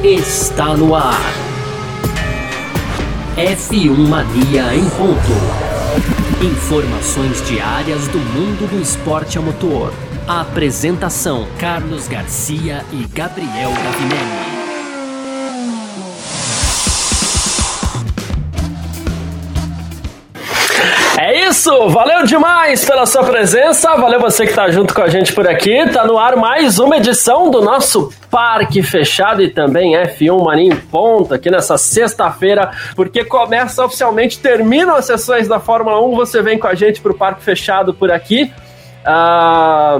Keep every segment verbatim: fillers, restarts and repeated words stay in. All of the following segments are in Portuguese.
está no ar. F um Mania em ponto. Informações diárias do mundo do esporte a motor. A apresentação: Carlos Garcia e Gabriel Gavinelli. É isso, valeu demais pela sua presença, valeu você que tá junto com a gente por aqui. Tá no ar mais uma edição do nosso Parque Fechado e também F um Mania em ponto aqui nessa sexta-feira, porque começa oficialmente, terminam as sessões da Fórmula um, você vem com a gente pro Parque Fechado por aqui. Ah...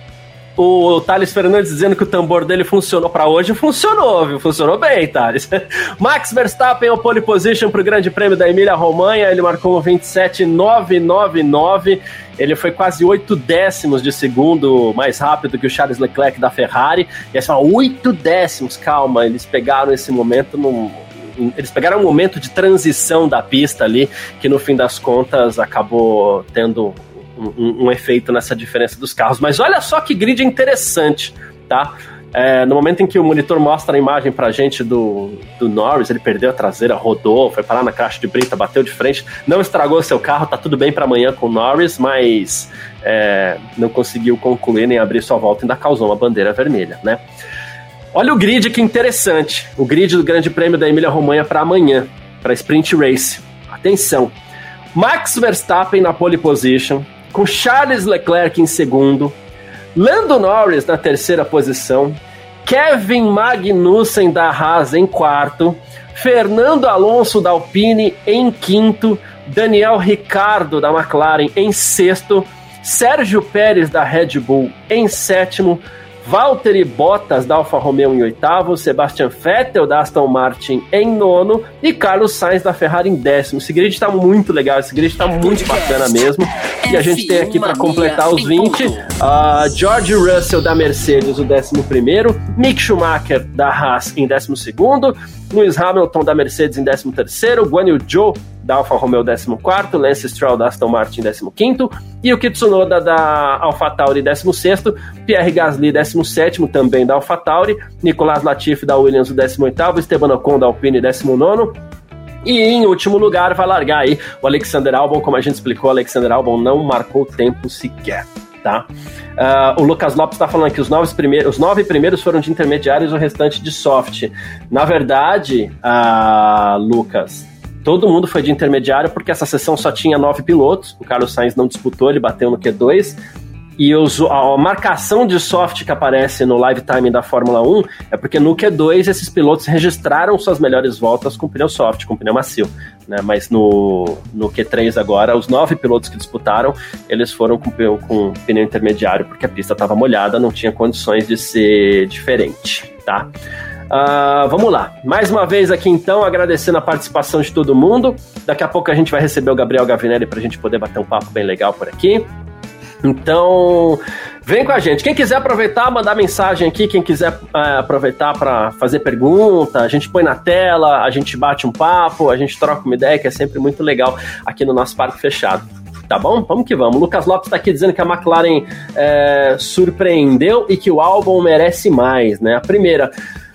O Thales Fernandes dizendo que o tambor dele funcionou para hoje. Funcionou, viu? Funcionou bem, Thales. Max Verstappen, o pole position para o Grande Prêmio da Emília-Romanha. Ele marcou um vinte e sete mil novecentos e noventa e nove. Ele foi quase oito décimos de segundo mais rápido que o Charles Leclerc da Ferrari. E aí você fala, oito décimos, calma. Eles pegaram esse momento num... Eles pegaram um momento de transição da pista ali, que no fim das contas acabou tendo... Um, um efeito nessa diferença dos carros. Mas olha só que grid interessante, tá? É, no momento em que o monitor mostra a imagem pra gente do, do Norris, ele perdeu a traseira, rodou, foi parar na caixa de brita, bateu de frente, não estragou seu carro, tá tudo bem pra amanhã com o Norris, mas é, não conseguiu concluir nem abrir sua volta, ainda causou uma bandeira vermelha, né? Olha o grid, que interessante, o grid do Grande Prêmio da Emília-Romanha pra amanhã, pra Sprint Race. Atenção, Max Verstappen na pole position, com Charles Leclerc em segundo, Lando Norris na terceira posição, Kevin Magnussen da Haas em quarto, Fernando Alonso da Alpine em quinto, Daniel Ricciardo da McLaren em sexto, Sérgio Pérez da Red Bull em sétimo, Valtteri Bottas da Alfa Romeo em oitavo, Sebastian Vettel da Aston Martin em nono e Carlos Sainz da Ferrari em décimo. Esse grid está muito legal, esse grid está muito bacana mesmo. E a gente tem aqui para completar os vinte, uh, George Russell da Mercedes, o décimo primeiro, Mick Schumacher da Haas em décimo segundo, Lewis Hamilton da Mercedes em décimo terceiro, Guan Yu Zhou da Alfa Romeo décimo quarto, Lance Stroll da Aston Martin décimo quinto, e o Kitsunoda da AlphaTauri décimo sexto, Pierre Gasly décimo sétimo também da AlphaTauri, Nicolas Latifi da Williams o décimo oitavo, Esteban Ocon da Alpine décimo nono, e em último lugar vai largar aí o Alexander Albon. Como a gente explicou, o Alexander Albon não marcou tempo sequer, tá? Uh, o Lucas Lopes está falando que os nove, primeiros, os nove primeiros foram de intermediários, o restante de soft. Na verdade, uh, Lucas, todo mundo foi de intermediário porque essa sessão só tinha nove pilotos. O Carlos Sainz não disputou, ele bateu no Q dois. E os, a marcação de soft que aparece no live timing da Fórmula um é porque no Q dois esses pilotos registraram suas melhores voltas com pneu soft, com pneu macio, né? Mas no, no Q três agora, os nove pilotos que disputaram, eles foram com, com pneu intermediário, porque a pista estava molhada, não tinha condições de ser diferente, tá? Uh, vamos lá, mais uma vez aqui então, agradecendo a participação de todo mundo. Daqui a pouco a gente vai receber o Gabriel Gavinelli pra gente poder bater um papo bem legal por aqui. Então, vem com a gente. Quem quiser aproveitar, mandar mensagem aqui, quem quiser uh, aproveitar para fazer pergunta, a gente põe na tela, a gente bate um papo, a gente troca uma ideia, que é sempre muito legal aqui no nosso Parque Fechado. Tá bom? Vamos que vamos. O Lucas Lopes está aqui dizendo que a McLaren é, surpreendeu e que o Albon merece mais, né? A primeira...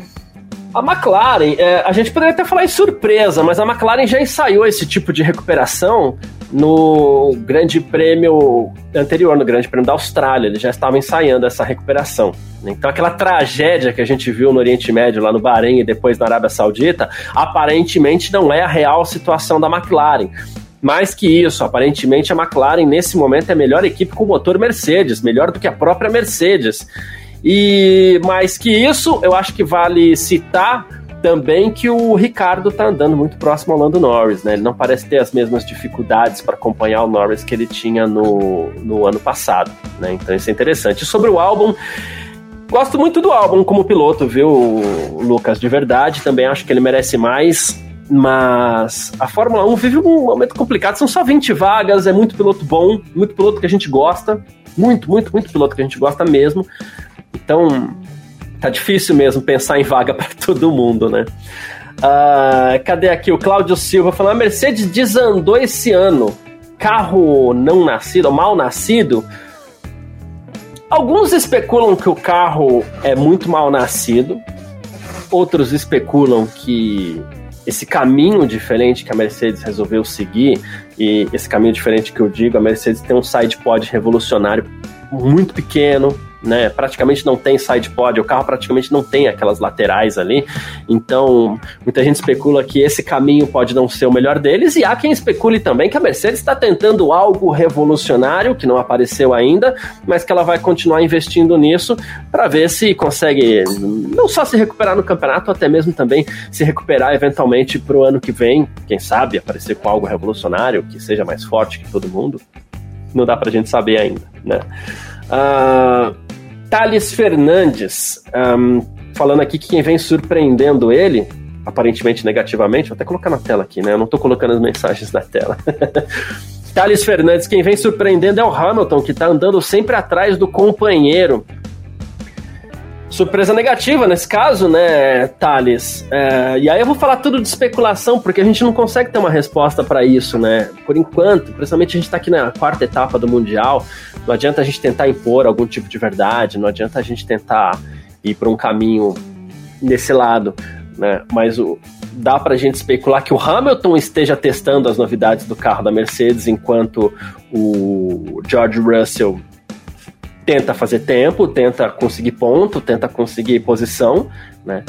A McLaren, é, a gente poderia até falar em surpresa, mas a McLaren já ensaiou esse tipo de recuperação no Grande Prêmio anterior, no Grande Prêmio da Austrália. Eles já estavam ensaiando essa recuperação. Então aquela tragédia que a gente viu no Oriente Médio, lá no Bahrein e depois na Arábia Saudita, aparentemente não é a real situação da McLaren. Mais que isso, aparentemente a McLaren nesse momento é a melhor equipe com motor Mercedes, melhor do que a própria Mercedes. E mais que isso, eu acho que vale citar também que o Ricciardo está andando muito próximo ao Lando Norris, né? Ele não parece ter as mesmas dificuldades para acompanhar o Norris que ele tinha no, no ano passado, né? Então isso é interessante. E sobre o Albon, gosto muito do Albon como piloto, viu, Lucas? De verdade, também acho que ele merece mais, mas a Fórmula um vive um momento complicado, são só vinte vagas, é muito piloto bom, muito piloto que a gente gosta, muito, muito, muito piloto que a gente gosta mesmo. Então, tá difícil mesmo pensar em vaga para todo mundo, né? Uh, cadê aqui o Cláudio Silva falando, a Mercedes desandou esse ano, carro não nascido, mal nascido. Alguns especulam que o carro é muito mal nascido, outros especulam que esse caminho diferente que a Mercedes resolveu seguir, e esse caminho diferente que eu digo, a Mercedes tem um sidepod revolucionário muito pequeno, né? Praticamente não tem sidepod, o carro praticamente não tem aquelas laterais ali, então muita gente especula que esse caminho pode não ser o melhor deles, e há quem especule também que a Mercedes está tentando algo revolucionário, que não apareceu ainda, mas que ela vai continuar investindo nisso para ver se consegue não só se recuperar no campeonato, até mesmo também se recuperar eventualmente para o ano que vem, quem sabe aparecer com algo revolucionário, que seja mais forte que todo mundo. Não dá pra gente saber ainda, né? Uh, Thales Fernandes, um, falando aqui que quem vem surpreendendo ele, aparentemente negativamente, vou até colocar na tela aqui, né? Eu não tô colocando as mensagens na tela. Thales Fernandes, quem vem surpreendendo é o Hamilton, que tá andando sempre atrás do companheiro. Surpresa negativa nesse caso, né, Thales? É, e aí eu vou falar tudo de especulação, porque a gente não consegue ter uma resposta para isso, né? Por enquanto, principalmente a gente tá aqui na quarta etapa do Mundial, não adianta a gente tentar impor algum tipo de verdade, não adianta a gente tentar ir para um caminho nesse lado, né? Mas o, dá pra gente especular que o Hamilton esteja testando as novidades do carro da Mercedes, enquanto o George Russell tenta fazer tempo, tenta conseguir ponto, tenta conseguir posição, né?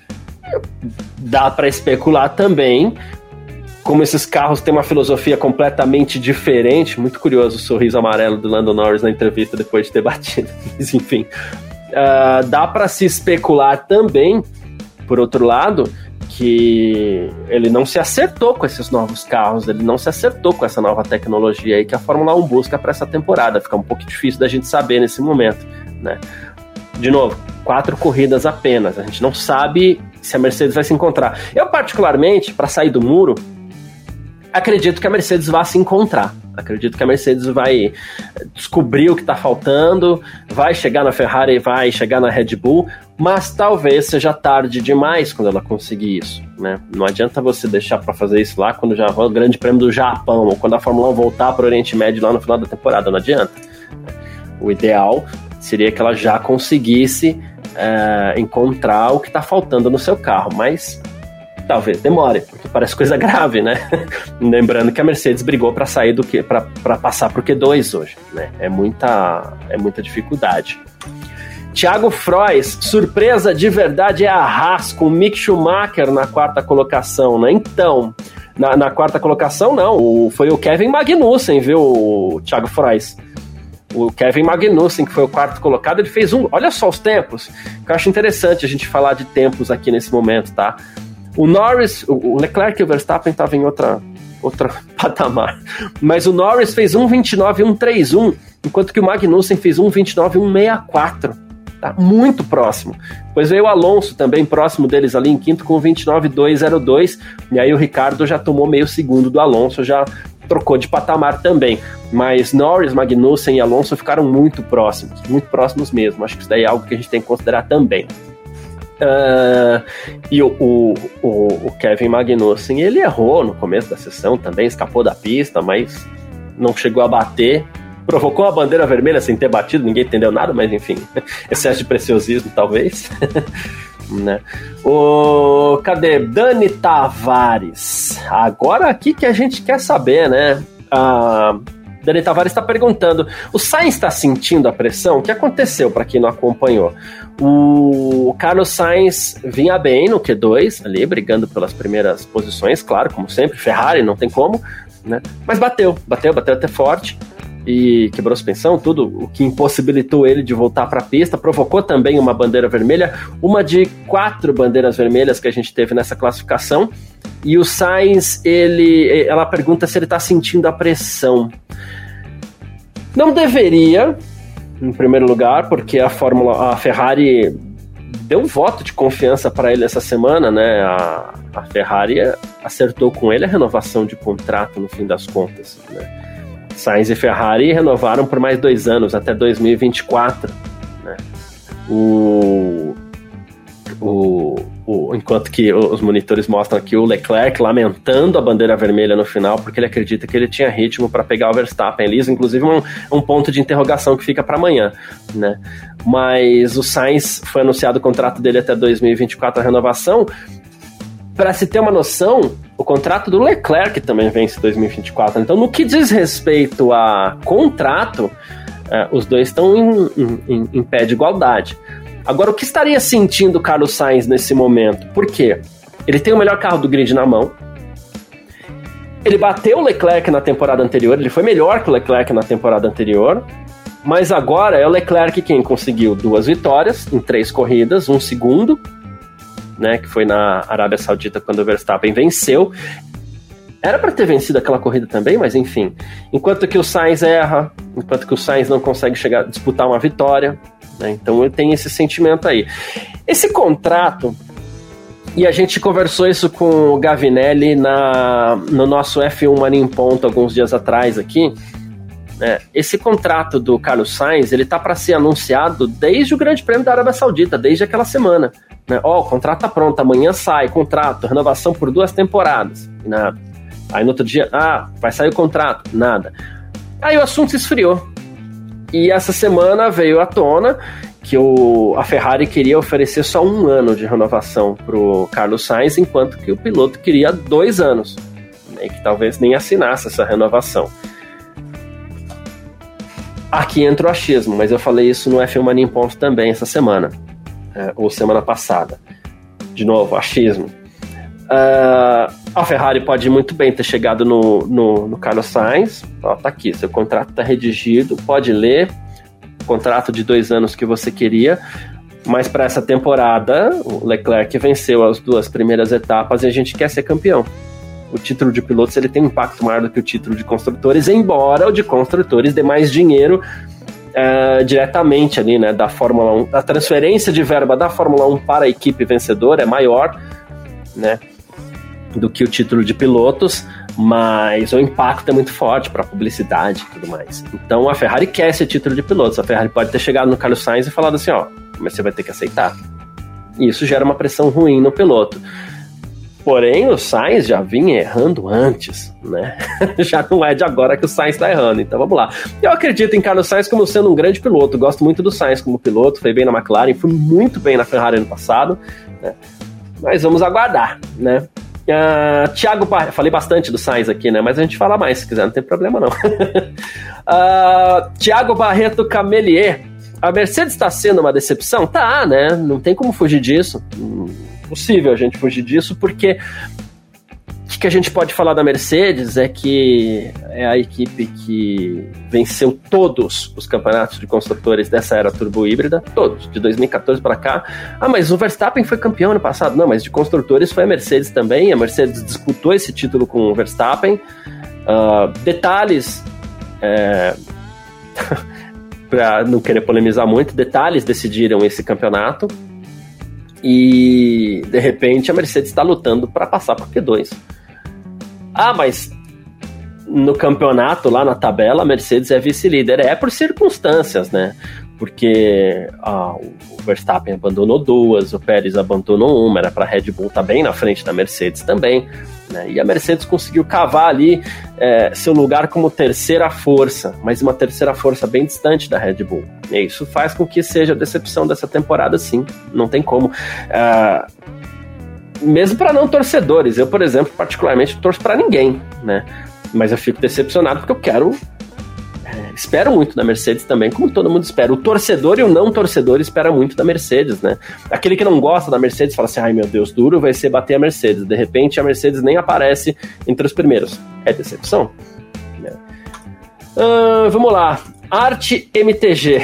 Dá para especular também, como esses carros têm uma filosofia completamente diferente, muito curioso o sorriso amarelo do Lando Norris na entrevista depois de ter batido, mas enfim, uh, dá para se especular também, por outro lado, que ele não se acertou com esses novos carros, ele não se acertou com essa nova tecnologia aí que a Fórmula um busca para essa temporada. Fica um pouco difícil da gente saber nesse momento, né? De novo, quatro corridas apenas, a gente não sabe se a Mercedes vai se encontrar. Eu, particularmente, para sair do muro, acredito que a Mercedes vai se encontrar. Acredito que a Mercedes vai descobrir o que está faltando, vai chegar na Ferrari, vai chegar na Red Bull, mas talvez seja tarde demais quando ela conseguir isso, né? Não adianta você deixar para fazer isso lá quando já vai o Grande Prêmio do Japão, ou quando a Fórmula um voltar para o Oriente Médio lá no final da temporada, não adianta. O ideal seria que ela já conseguisse é, encontrar o que está faltando no seu carro, mas talvez demore, porque parece coisa grave, né? Lembrando que a Mercedes brigou para sair do que para passar pro Q dois hoje, né? É muita, é muita dificuldade. Thiago Frois, surpresa de verdade é a Haas com Mick Schumacher na quarta colocação, né? Então, na, na quarta colocação não, o, foi o Kevin Magnussen, viu, Thiago Frois? O Kevin Magnussen, que foi o quarto colocado, ele fez um... Olha só os tempos, que eu acho interessante a gente falar de tempos aqui nesse momento, tá? O Norris, o Leclerc e o Verstappen estavam em outra, outra patamar, mas o Norris fez um vinte e nove um trinta e um, enquanto que o Magnussen fez um vinte e nove um sessenta e quatro, tá muito próximo. Depois veio o Alonso também próximo deles ali em quinto com vinte e nove dois zero dois, e aí o Ricardo já tomou meio segundo do Alonso, já trocou de patamar também, mas Norris, Magnussen e Alonso ficaram muito próximos, muito próximos mesmo. Acho que isso daí é algo que a gente tem que considerar também. Uh, e o, o, o, o Kevin Magnussen, ele errou no começo da sessão também, escapou da pista, mas não chegou a bater, provocou a bandeira vermelha sem ter batido, ninguém entendeu nada, mas enfim, excesso de preciosismo talvez. Né? O, cadê? Dani Tavares, agora aqui que a gente quer saber, né? Uh, Dani Tavares está perguntando, o Sainz está sentindo a pressão? O que aconteceu para quem não acompanhou? O Carlos Sainz vinha bem no Q dois, ali, brigando pelas primeiras posições, claro, como sempre, Ferrari, não tem como, né? Mas bateu, bateu, bateu até forte e quebrou a suspensão, tudo, o que impossibilitou ele de voltar para a pista, provocou também uma bandeira vermelha, uma de quatro bandeiras vermelhas que a gente teve nessa classificação. E o Sainz, ele, ela pergunta se ele está sentindo a pressão. Não deveria, em primeiro lugar, porque a Fórmula, a Ferrari deu um voto de confiança para ele essa semana, né? A, a Ferrari acertou com ele a renovação de contrato no fim das contas, né? Sainz e Ferrari renovaram por mais dois anos, até dois mil e vinte e quatro, né? O... O, o, enquanto que os monitores mostram aqui o Leclerc lamentando a bandeira vermelha no final, porque ele acredita que ele tinha ritmo para pegar o Verstappen ali, inclusive um, um ponto de interrogação que fica para amanhã, né? Mas o Sainz foi anunciado o contrato dele até dois mil e vinte e quatro, a renovação. Para se ter uma noção, o contrato do Leclerc também vence em dois mil e vinte e quatro, então no que diz respeito a contrato, uh, os dois estão em, em, em pé de igualdade. Agora, o que estaria sentindo o Carlos Sainz nesse momento? Por quê? Ele tem o melhor carro do grid na mão, ele bateu o Leclerc na temporada anterior, ele foi melhor que o Leclerc na temporada anterior, mas agora é o Leclerc quem conseguiu duas vitórias em três corridas, um segundo, né, que foi na Arábia Saudita quando o Verstappen venceu. Era para ter vencido aquela corrida também, mas enfim. Enquanto que o Sainz erra, enquanto que o Sainz não consegue chegar a disputar uma vitória, né? Então ele tem esse sentimento aí. Esse contrato, e a gente conversou isso com o Gavinelli na, no nosso F um Mania em Ponto alguns dias atrás aqui, né? Esse contrato do Carlos Sainz, ele tá para ser anunciado desde o Grande Prêmio da Arábia Saudita, desde aquela semana, né? Ó, o contrato tá pronto, amanhã sai, contrato, renovação por duas temporadas, nada. Aí no outro dia, ah, vai sair o contrato, nada. Aí o assunto se esfriou. E essa semana veio à tona que o, a Ferrari queria oferecer só um ano de renovação pro Carlos Sainz, enquanto que o piloto queria dois anos, né, que talvez nem assinasse essa renovação. Aqui entra o achismo, mas eu falei isso no F um Mania em Ponto também essa semana, é, ou semana passada. De novo, achismo. Uh, a Ferrari pode muito bem ter chegado no, no, no Carlos Sainz, ó, tá aqui, seu contrato tá redigido, pode ler, contrato de dois anos que você queria, mas para essa temporada o Leclerc venceu as duas primeiras etapas e a gente quer ser campeão. O título de pilotos ele tem um impacto maior do que o título de construtores, embora o de construtores dê mais dinheiro uh, diretamente ali, né, da Fórmula um, a transferência de verba da Fórmula um para a equipe vencedora é maior, né, do que o título de pilotos, mas o impacto é muito forte para a publicidade e tudo mais. Então a Ferrari quer esse título de pilotos. A Ferrari pode ter chegado no Carlos Sainz e falado assim, ó, mas você vai ter que aceitar. E isso gera uma pressão ruim no piloto. Porém, o Sainz já vinha errando antes, né? Já não é de agora que o Sainz está errando, então vamos lá. Eu acredito em Carlos Sainz como sendo um grande piloto, gosto muito do Sainz como piloto, foi bem na McLaren, foi muito bem na Ferrari ano passado, né? Mas vamos aguardar, né? Uh, Thiago Barreto, falei bastante do Sainz aqui, né? Mas a gente fala mais se quiser, não tem problema não. uh, Thiago Barreto Camelier, a Mercedes está sendo uma decepção? Tá, né? Não tem como fugir disso. Impossível a gente fugir disso, porque o que a gente pode falar da Mercedes é que é a equipe que venceu todos os campeonatos de construtores dessa era turbo híbrida, todos, de dois mil e catorze para cá. Ah, mas o Verstappen foi campeão ano passado. Não, mas de construtores foi a Mercedes também. A Mercedes disputou esse título com o Verstappen. Uh, detalhes, é... para não querer polemizar muito, detalhes decidiram esse campeonato. E, de repente, a Mercedes está lutando para passar por Q dois. Ah, mas no campeonato, lá na tabela, a Mercedes é vice-líder. É por circunstâncias, né? Porque ah, o Verstappen abandonou duas, o Pérez abandonou uma, era para a Red Bull estar tá bem na frente da Mercedes também, né? E a Mercedes conseguiu cavar ali é, seu lugar como terceira força, mas uma terceira força bem distante da Red Bull. E isso faz com que seja a decepção dessa temporada, sim. Não tem como. Ah, mesmo para não torcedores, eu, por exemplo, particularmente torço para ninguém, né? Mas eu fico decepcionado porque eu quero, é, espero muito da Mercedes também, como todo mundo espera. O torcedor e o não torcedor espera muito da Mercedes, né? Aquele que não gosta da Mercedes fala assim, ai meu Deus, duro vai ser bater a Mercedes. De repente a Mercedes nem aparece entre os primeiros. É decepção, né? Uh, vamos lá, Arte M T G.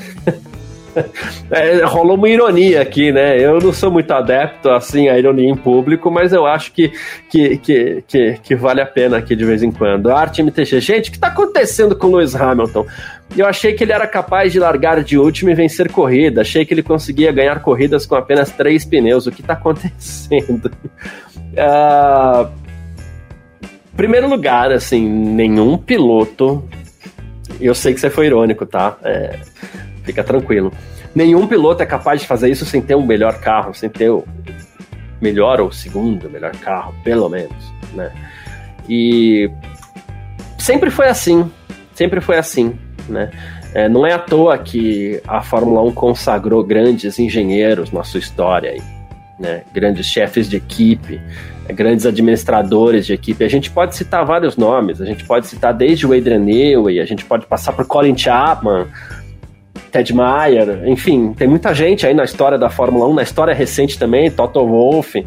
É, rolou uma ironia aqui, né? Eu não sou muito adepto assim a ironia em público, mas eu acho que, que, que, que, que vale a pena aqui de vez em quando. Arte M T G, gente, o que está acontecendo com o Lewis Hamilton? Eu achei que ele era capaz de largar de último e vencer corrida, achei que ele conseguia ganhar corridas com apenas três pneus. O que está acontecendo? Uh, primeiro lugar, assim, nenhum piloto, eu sei que você foi irônico, tá? É, fica tranquilo. Nenhum piloto é capaz de fazer isso sem ter um melhor carro, sem ter o, melhor ou segundo melhor carro, pelo menos, né? E sempre foi assim, sempre foi assim, né? É, não é à toa que a Fórmula um consagrou grandes engenheiros na sua história, aí, né? Grandes chefes de equipe, grandes administradores de equipe. A gente pode citar vários nomes, a gente pode citar desde o Adrian Newey, a gente pode passar por Colin Chapman, Ted Mayer, enfim, tem muita gente aí na história da Fórmula um, na história recente também, Toto Wolff.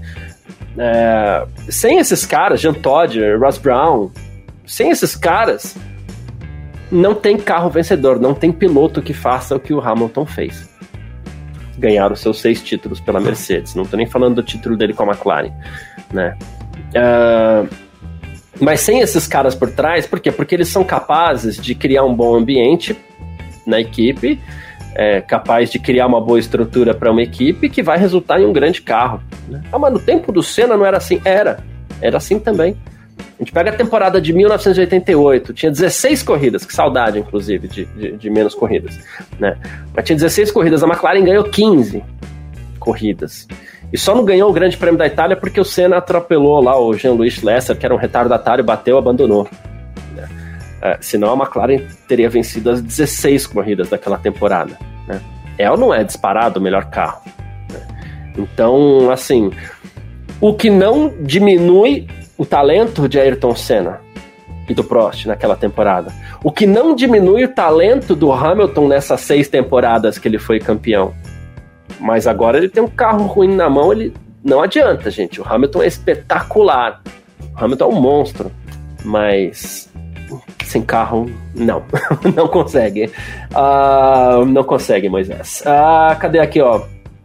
É, sem esses caras, Jean Todt, Ross Brown, sem esses caras, não tem carro vencedor, não tem piloto que faça o que o Hamilton fez. Ganhar os seus seis títulos pela Mercedes. Não estou nem falando do título dele com a McLaren, né? Uh, mas sem esses caras por trás, por quê? Porque eles são capazes de criar um bom ambiente na equipe, é, capaz de criar uma boa estrutura para uma equipe que vai resultar em um grande carro, né? Ah, mas no tempo do Senna não era assim? Era. Era assim também. A gente pega a temporada de mil novecentos e oitenta e oito, tinha dezesseis corridas, que saudade, inclusive, de, de, de menos corridas, né? Mas tinha dezesseis corridas, a McLaren ganhou quinze corridas. E só não ganhou o Grande Prêmio da Itália porque o Senna atropelou lá o Jean-Louis Lesser, que era um retardatário, bateu, abandonou, né? É, senão a McLaren teria vencido as dezesseis corridas daquela temporada, né? É ou não é disparado o melhor carro, né? Então, assim, o que não diminui o talento de Ayrton Senna e do Prost naquela temporada, o que não diminui o talento do Hamilton nessas seis temporadas que ele foi campeão. Mas agora ele tem um carro ruim na mão, ele não adianta, gente. O Hamilton é espetacular, o Hamilton é um monstro, mas sem carro, não, não consegue. Uh, não consegue, Moisés. Uh, cadê aqui, ó?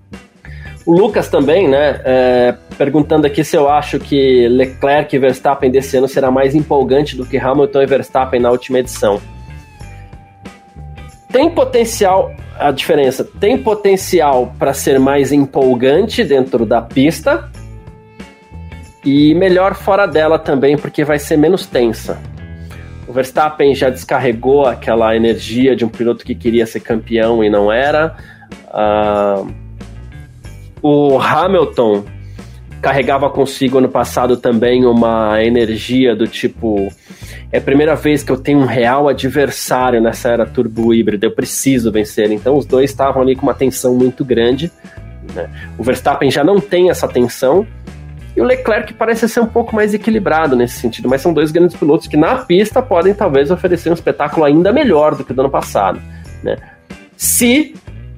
O Lucas também, né, é, perguntando aqui se eu acho que Leclerc e Verstappen desse ano será mais empolgante do que Hamilton e Verstappen na última edição. Tem potencial, a diferença, tem potencial para ser mais empolgante dentro da pista e melhor fora dela também, porque vai ser menos tensa. O Verstappen já descarregou aquela energia de um piloto que queria ser campeão e não era. Uh, o Hamilton carregava consigo ano passado também uma energia do tipo: é a primeira vez que eu tenho um real adversário nessa era turbo híbrida, eu preciso vencer. Então os dois estavam ali com uma tensão muito grande, né? O Verstappen já não tem essa tensão e o Leclerc parece ser um pouco mais equilibrado nesse sentido, mas são dois grandes pilotos que na pista podem talvez oferecer um espetáculo ainda melhor do que o do ano passado, né? Se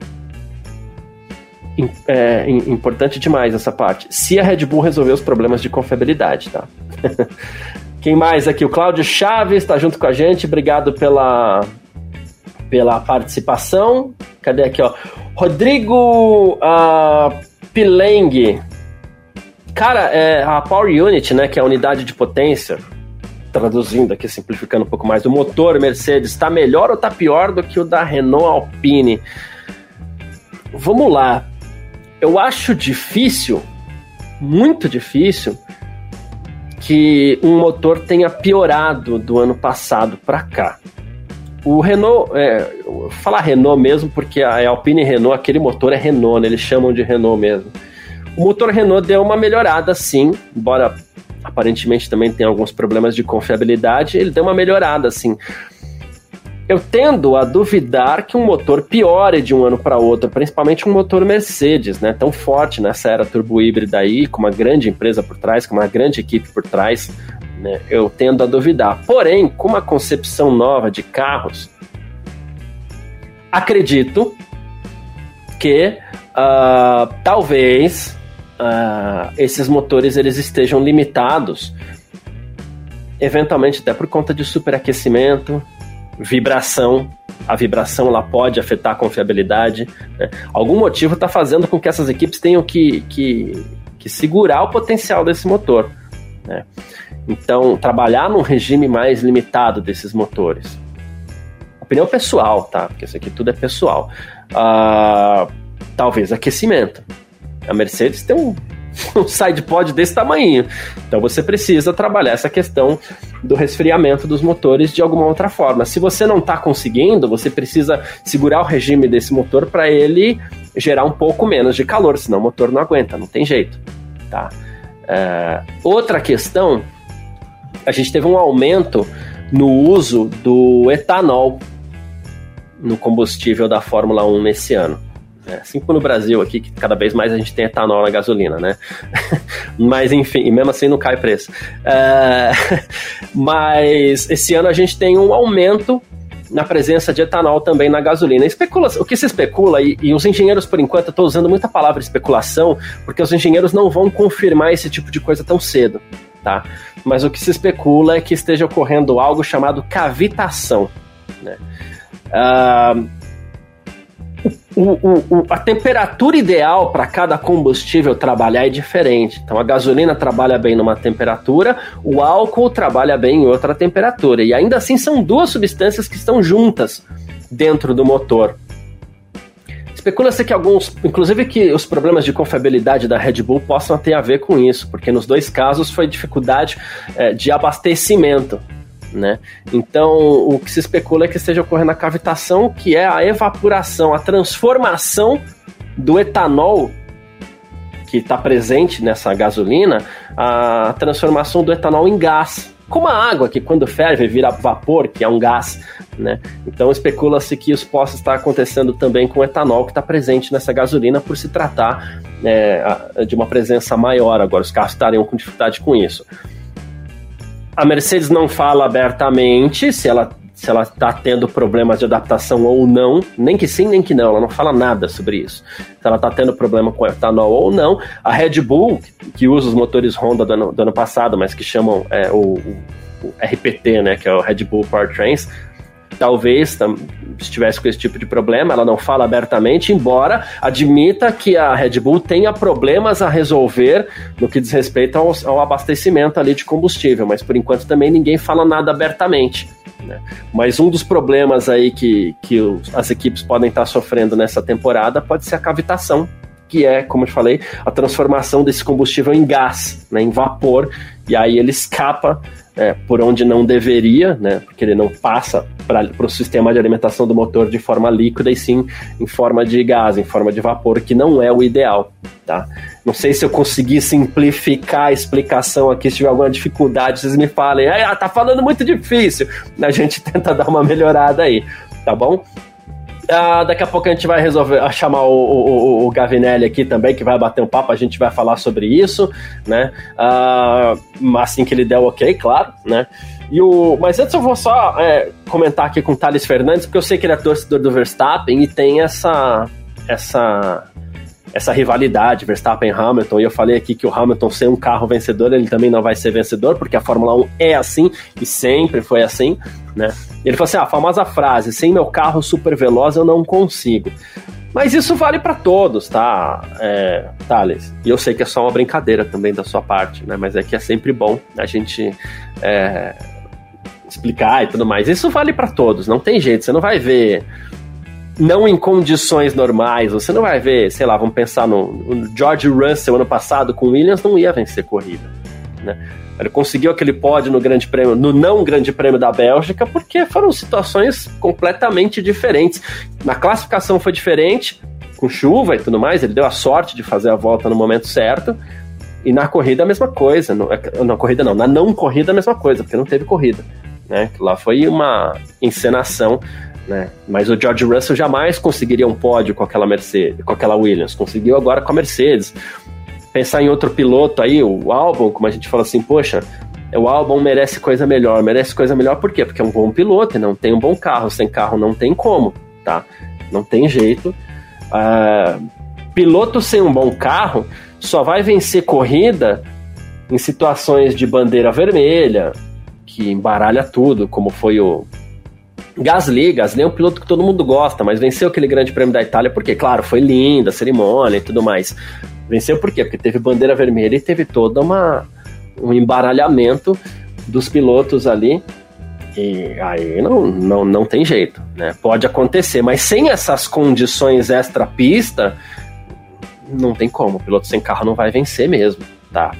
É importante demais essa parte, se a Red Bull resolver os problemas de confiabilidade, tá? Quem mais aqui? O Cláudio Chaves está junto com a gente, obrigado pela, pela participação. Cadê aqui, ó? Rodrigo uh, Pileng. Cara, é, a Power Unit, né, que é a unidade de potência, traduzindo aqui, simplificando um pouco mais, o motor Mercedes está melhor ou está pior do que o da Renault Alpine? Vamos lá. Eu acho difícil, muito difícil, que um motor tenha piorado do ano passado para cá. O Renault, é, eu vou falar Renault mesmo, porque a Alpine e Renault, aquele motor é Renault, né? Eles chamam de Renault mesmo. O motor Renault deu uma melhorada, sim, embora aparentemente também tenha alguns problemas de confiabilidade, ele deu uma melhorada, sim. Eu tendo a duvidar que um motor piore de um ano para outro, principalmente um motor Mercedes, né, tão forte nessa era turbo híbrida aí, com uma grande empresa por trás, com uma grande equipe por trás, né, eu tendo a duvidar. Porém, com uma concepção nova de carros, acredito que uh, talvez uh, esses motores eles estejam limitados, eventualmente até por conta de superaquecimento, vibração. A vibração ela pode afetar a confiabilidade, né? Algum motivo está fazendo com que essas equipes tenham que, que, que segurar o potencial desse motor, né? Então, trabalhar num regime mais limitado desses motores. Opinião pessoal, tá? Porque isso aqui tudo é pessoal. Uh, talvez aquecimento. A Mercedes tem um um side pod desse tamanho, então você precisa trabalhar essa questão do resfriamento dos motores de alguma outra forma. Se você não está conseguindo, você precisa segurar o regime desse motor para ele gerar um pouco menos de calor, senão o motor não aguenta, não tem jeito, tá? É, outra questão, a gente teve um aumento no uso do etanol no combustível da Fórmula um nesse ano. É, assim como no Brasil aqui, que cada vez mais a gente tem etanol na gasolina, né? Mas enfim, e mesmo assim não cai preço. É, mas esse ano a gente tem um aumento na presença de etanol também na gasolina. Especula, o que se especula, e, e os engenheiros, por enquanto, eu estou usando muita palavra especulação, porque os engenheiros não vão confirmar esse tipo de coisa tão cedo, tá? Mas o que se especula é que esteja ocorrendo algo chamado cavitação, né? Uh, O, o, o, a temperatura ideal para cada combustível trabalhar é diferente. Então a gasolina trabalha bem numa temperatura, o álcool trabalha bem em outra temperatura. E ainda assim são duas substâncias que estão juntas dentro do motor. Especula-se que alguns, inclusive que os problemas de confiabilidade da Red Bull possam ter a ver com isso, porque nos dois casos foi dificuldade é, de abastecimento. Né? Então, o que se especula é que esteja ocorrendo a cavitação, que é a evaporação, a transformação do etanol que está presente nessa gasolina, a transformação do etanol em gás, como a água, que quando ferve vira vapor, que é um gás, né? Então, especula-se que isso possa estar acontecendo também com o etanol que está presente nessa gasolina, por se tratar é, de uma presença maior. Agora, os carros estariam com dificuldade com isso. A Mercedes não fala abertamente se ela se ela está tendo problemas de adaptação ou não, nem que sim, nem que não, ela não fala nada sobre isso. Se ela está tendo problema com etanol ou não. A Red Bull, que usa os motores Honda do ano, do ano passado, mas que chamam é, o, o R P T, né, que é o Red Bull Powertrains, talvez tam, estivesse com esse tipo de problema. Ela não fala abertamente, embora admita que a Red Bull tenha problemas a resolver no que diz respeito ao, ao abastecimento ali de combustível, mas por enquanto também ninguém fala nada abertamente, né? Mas um dos problemas aí que, que os, as equipes podem estar sofrendo nessa temporada pode ser a cavitação, que é, como eu falei, a transformação desse combustível em gás, né, em vapor, e aí ele escapa É, por onde não deveria, né, porque ele não passa para o sistema de alimentação do motor de forma líquida, e sim em forma de gás, em forma de vapor, que não é o ideal, tá? Não sei se eu consegui simplificar a explicação aqui. Se tiver alguma dificuldade, vocês me falem. Ah, tá falando muito difícil. A gente tenta dar uma melhorada aí, tá bom? Ah, daqui a pouco a gente vai resolver a chamar o, o, o Gavinelli aqui também, que vai bater um papo, a gente vai falar sobre isso, né? Ah, assim que ele der o ok, claro, né? E o, mas antes eu vou só é, comentar aqui com o Thales Fernandes, porque eu sei que ele é torcedor do Verstappen e tem essa, essa, essa rivalidade, Verstappen e Hamilton, e eu falei aqui que o Hamilton, sem um carro vencedor, ele também não vai ser vencedor, porque a Fórmula um é assim, e sempre foi assim, né? E ele falou assim, ah, a famosa frase, sem meu carro super veloz eu não consigo. Mas isso vale para todos, tá, é, Thales? E eu sei que é só uma brincadeira também da sua parte, né? Mas é que é sempre bom a gente é, explicar e tudo mais. Isso vale para todos, não tem jeito, você não vai ver... Não em condições normais, você não vai ver, sei lá, vamos pensar no, no George Russell ano passado com o Williams, não ia vencer corrida, né? Ele conseguiu aquele pódio no grande prêmio, no não grande prêmio da Bélgica, porque foram situações completamente diferentes. Na classificação foi diferente, com chuva e tudo mais, ele deu a sorte de fazer a volta no momento certo, e na corrida a mesma coisa, no, na corrida não, na não corrida a mesma coisa, porque não teve corrida, né? Lá foi uma encenação, né? Mas o George Russell jamais conseguiria um pódio com aquela Mercedes, com aquela Williams, conseguiu agora com a Mercedes. Pensar em outro piloto aí, o Albon, como a gente fala assim, poxa, o Albon merece coisa melhor, merece coisa melhor por quê? Porque é um bom piloto e não tem um bom carro, sem carro não tem como, tá? Não tem jeito. Uh, piloto sem um bom carro só vai vencer corrida em situações de bandeira vermelha, que embaralha tudo, como foi o Gasly. Gasly é um piloto que todo mundo gosta, mas venceu aquele grande prêmio da Itália porque, claro, foi linda a cerimônia e tudo mais. Venceu por quê? Porque teve bandeira vermelha e teve todo uma, um embaralhamento dos pilotos ali, e aí não, não, não tem jeito, né? Pode acontecer, mas sem essas condições extra-pista, não tem como, o piloto sem carro não vai vencer mesmo, tá?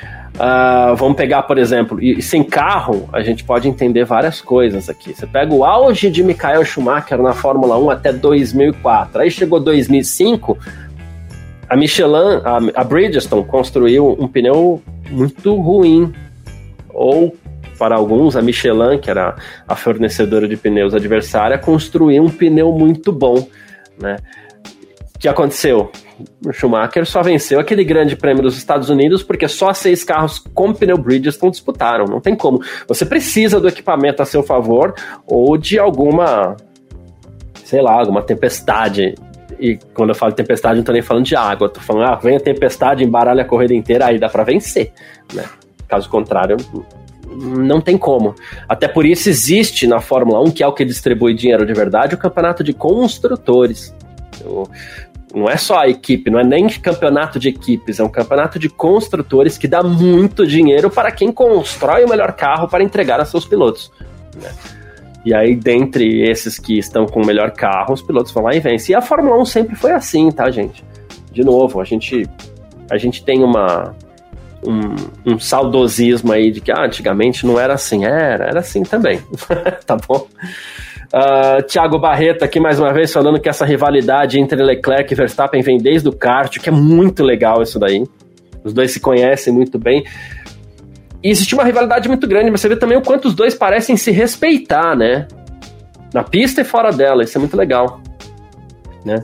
Uh, vamos pegar, por exemplo, e, e sem carro a gente pode entender várias coisas aqui. Você pega o auge de Michael Schumacher na Fórmula um até dois mil e quatro, aí chegou dois mil e cinco, a Michelin, a, a Bridgestone construiu um pneu muito ruim, ou para alguns, a Michelin, que era a fornecedora de pneus adversária, construiu um pneu muito bom, né? O que aconteceu? O Schumacher só venceu aquele grande prêmio dos Estados Unidos porque só seis carros com pneu Bridgestone disputaram. Não tem como. Você precisa do equipamento a seu favor ou de alguma, sei lá, alguma tempestade. E quando eu falo tempestade, não tô nem falando de água. Eu tô falando, ah, vem a tempestade, embaralha a corrida inteira, aí dá pra vencer, né? Caso contrário, não tem como. Até por isso existe na Fórmula um, que é o que distribui dinheiro de verdade, o campeonato de construtores. O Não é só a equipe, não é nem campeonato de equipes, é um campeonato de construtores que dá muito dinheiro para quem constrói o melhor carro para entregar a seus pilotos, né? E aí, dentre esses que estão com o melhor carro, os pilotos vão lá e vencem. E a Fórmula um sempre foi assim, tá, gente? De novo, a gente, a gente tem uma, um, um saudosismo aí de que ah, antigamente não era assim. Era, era assim também. Tá bom? Uh, Thiago Barreto aqui mais uma vez falando que essa rivalidade entre Leclerc e Verstappen vem desde o kart, que é muito legal isso daí. Os dois se conhecem muito bem. E existe uma rivalidade muito grande, mas você vê também o quanto os dois parecem se respeitar, né? Na pista e fora dela, isso é muito legal, né?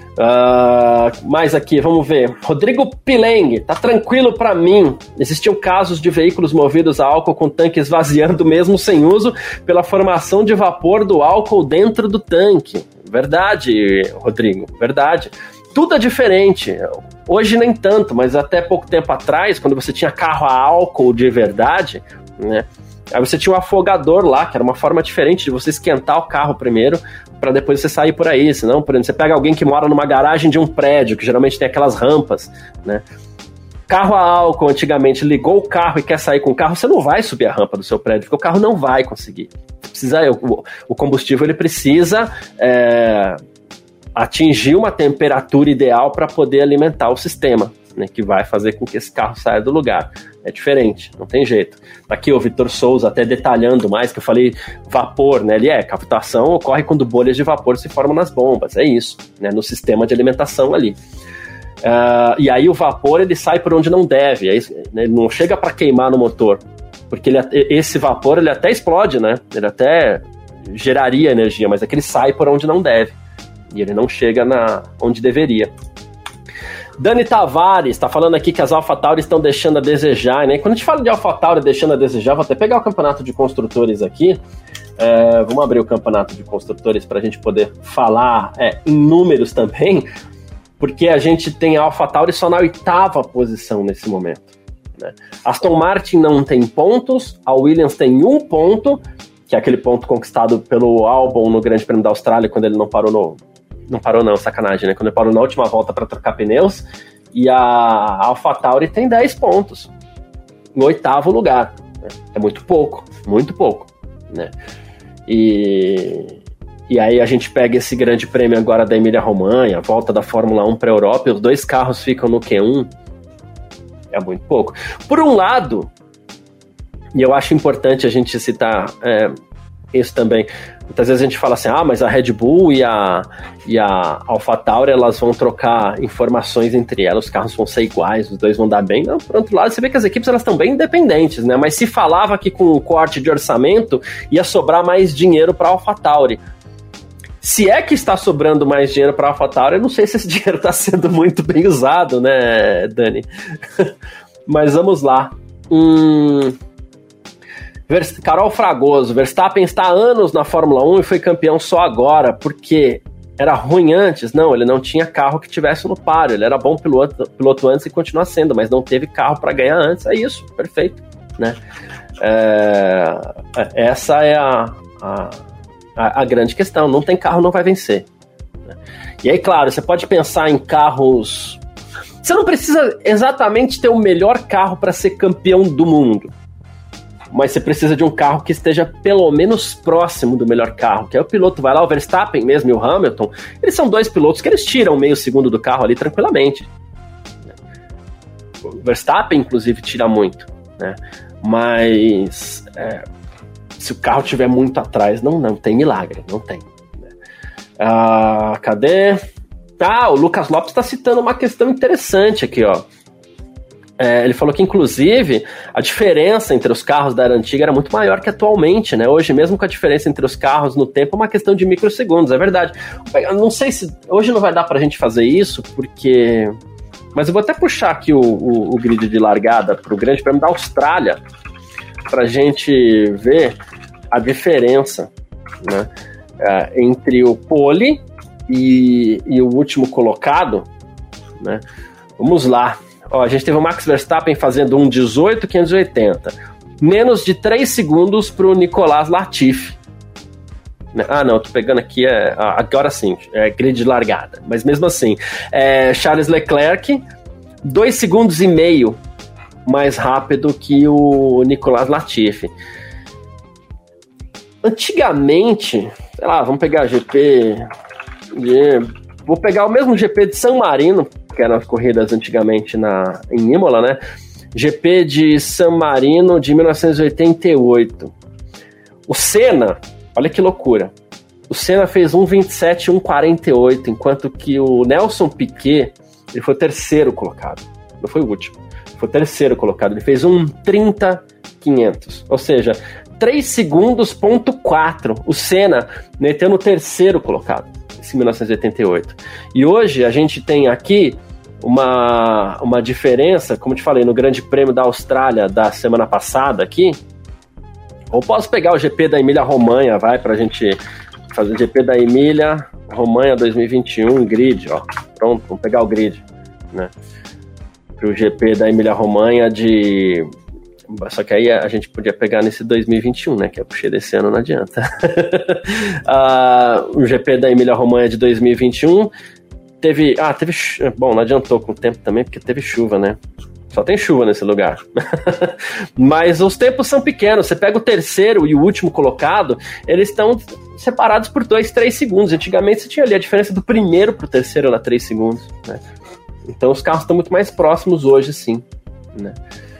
Uh, mais aqui, vamos ver. Rodrigo Pileng, tá tranquilo pra mim. Existiam casos de veículos movidos a álcool com tanque esvaziando mesmo sem uso pela formação de vapor do álcool dentro do tanque. Verdade, Rodrigo, verdade. Tudo é diferente. Hoje nem tanto, mas até pouco tempo atrás, quando você tinha carro a álcool de verdade, né? Aí você tinha um afogador lá, que era uma forma diferente de você esquentar o carro primeiro, para depois você sair por aí. Senão, por exemplo, você pega alguém que mora numa garagem de um prédio, que geralmente tem aquelas rampas, né? Carro a álcool, antigamente, ligou o carro e quer sair com o carro, você não vai subir a rampa do seu prédio, porque o carro não vai conseguir. Precisa, o, o combustível ele precisa é, atingir uma temperatura ideal para poder alimentar o sistema, né, que vai fazer com que esse carro saia do lugar. É diferente, não tem jeito. Aqui o Vitor Souza até detalhando mais, que eu falei vapor, né? Ele é, cavitação ocorre quando bolhas de vapor se formam nas bombas, é isso, né? No sistema de alimentação ali. Uh, e aí o vapor ele sai por onde não deve, é isso, né? Ele não chega para queimar no motor, porque ele, esse vapor ele até explode, né? Ele até geraria energia, mas é que ele sai por onde não deve, e ele não chega na, onde deveria. Dani Tavares está falando aqui que as AlphaTauri estão deixando a desejar, né? Quando a gente fala de AlphaTauri deixando a desejar, vou até pegar o campeonato de construtores aqui. É, vamos abrir o campeonato de construtores para a gente poder falar é, em números também, porque a gente tem a AlphaTauri só na oitava posição nesse momento, né? Aston Martin não tem pontos, a Williams tem um ponto, que é aquele ponto conquistado pelo Albon no Grande Prêmio da Austrália, quando ele não parou no... Não parou não, sacanagem, né? Quando ele parou na última volta para trocar pneus. E a AlphaTauri tem dez pontos. Em oitavo lugar. Né? É muito pouco, muito pouco, né? E, e aí a gente pega esse grande prêmio agora da Emília-Romanha, a volta da Fórmula um para a Europa, e os dois carros ficam no Q um. É muito pouco. Por um lado, e eu acho importante a gente citar... É, isso também. Muitas vezes a gente fala assim, ah, mas a Red Bull e a, e a AlphaTauri, elas vão trocar informações entre elas, os carros vão ser iguais, os dois vão dar bem. Não, por outro lado, você vê que as equipes elas estão bem independentes, né? Mas se falava que com o corte de orçamento ia sobrar mais dinheiro para a AlphaTauri. Se é que está sobrando mais dinheiro para a AlphaTauri, eu não sei se esse dinheiro está sendo muito bem usado, né, Dani? Mas vamos lá. Hum... Carol Fragoso, Verstappen está há anos na Fórmula um e foi campeão só agora, porque era ruim antes? Não, ele não tinha carro que tivesse no páreo, ele era bom piloto, piloto antes e continua sendo, mas não teve carro para ganhar antes, é isso, perfeito, né? É, essa é a, a, a grande questão, não tem carro, não vai vencer, né? E aí, claro, você pode pensar em carros... Você não precisa exatamente ter o melhor carro para ser campeão do mundo, mas você precisa de um carro que esteja pelo menos próximo do melhor carro, que aí o piloto vai lá, o Verstappen mesmo e o Hamilton, eles são dois pilotos que eles tiram meio segundo do carro ali tranquilamente. O Verstappen, inclusive, tira muito, né? Mas é, se o carro estiver muito atrás, não, não tem milagre, não tem, né? Ah, cadê? Ah, o Lucas Lopes está citando uma questão interessante aqui, ó. É, ele falou que, inclusive, a diferença entre os carros da era antiga era muito maior que atualmente, né? Hoje, mesmo com a diferença entre os carros no tempo, é uma questão de microsegundos, é verdade. Eu não sei se... Hoje não vai dar pra gente fazer isso, porque... Mas eu vou até puxar aqui o, o, o grid de largada pro Grande Prêmio da Austrália, pra gente ver a diferença, né? É, entre o pole e, e o último colocado, né? Vamos lá. Ó, a gente teve o Max Verstappen fazendo um dezoito quinhentos e oitenta. Menos de três segundos para o Nicolas Latifi. Ah, não, tô pegando aqui, é, agora sim, é grid de largada. Mas mesmo assim, é, Charles Leclerc, dois segundos e meio mais rápido que o Nicolas Latifi. Antigamente, sei lá, vamos pegar G P... De, vou pegar o mesmo G P de San Marino, que eram as corridas antigamente na, em Imola, né? G P de San Marino de mil novecentos e oitenta e oito. O Senna, olha que loucura. O Senna fez um vinte e sete um quarenta e oito, enquanto que o Nelson Piquet, ele foi o terceiro colocado. Não foi o último. Foi o terceiro colocado. Ele fez um trinta quinhentos. Ou seja, três segundos ponto quatro. O Senna meteu no terceiro colocado. Em mil novecentos e oitenta e oito. E hoje a gente tem aqui uma, uma diferença, como te falei, no Grande Prêmio da Austrália da semana passada aqui. Ou posso pegar o G P da Emília-Romanha, vai, pra gente fazer o G P da Emília-Romanha dois mil e vinte e um, grid, ó. Pronto, vamos pegar o grid, né? Pro G P da Emília-Romanha de... Só que aí a gente podia pegar nesse dois mil e vinte e um, né? Que eu puxei desse ano, não adianta. uh, o G P da Emília-Romanha de dois mil e vinte e um teve... Ah, teve... Bom, não adiantou com o tempo também, porque teve chuva, né? Só tem chuva nesse lugar. Mas os tempos são pequenos. Você pega o terceiro e o último colocado, eles estão separados por dois, três segundos. Antigamente você tinha ali a diferença do primeiro pro terceiro, lá, três segundos, né? Então os carros estão muito mais próximos hoje, sim, né?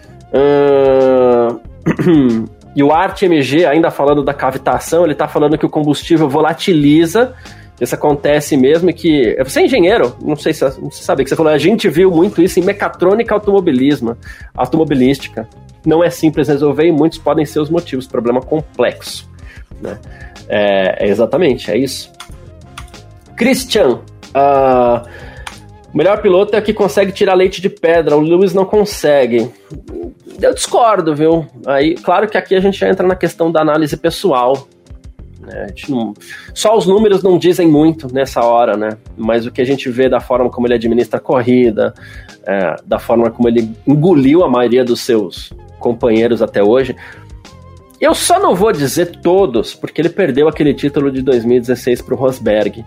Uh... E o Art M G, ainda falando da cavitação, ele está falando que o combustível volatiliza, que isso acontece mesmo e que... Você é engenheiro, não sei se você sabe, que você falou, a gente viu muito isso em mecatrônica automobilismo, automobilística. Não é simples resolver e muitos podem ser os motivos, problema complexo, né? É, é exatamente, é isso. Christian, uh... o melhor piloto é o que consegue tirar leite de pedra, o Lewis não consegue. Eu discordo, viu? Aí, claro que aqui a gente já entra na questão da análise pessoal, né? A gente não... Só os números não dizem muito nessa hora, né? Mas o que a gente vê da forma como ele administra a corrida, é, da forma como ele engoliu a maioria dos seus companheiros até hoje. Eu só não vou dizer todos, porque ele perdeu aquele título de dois mil e dezesseis para o Rosberg.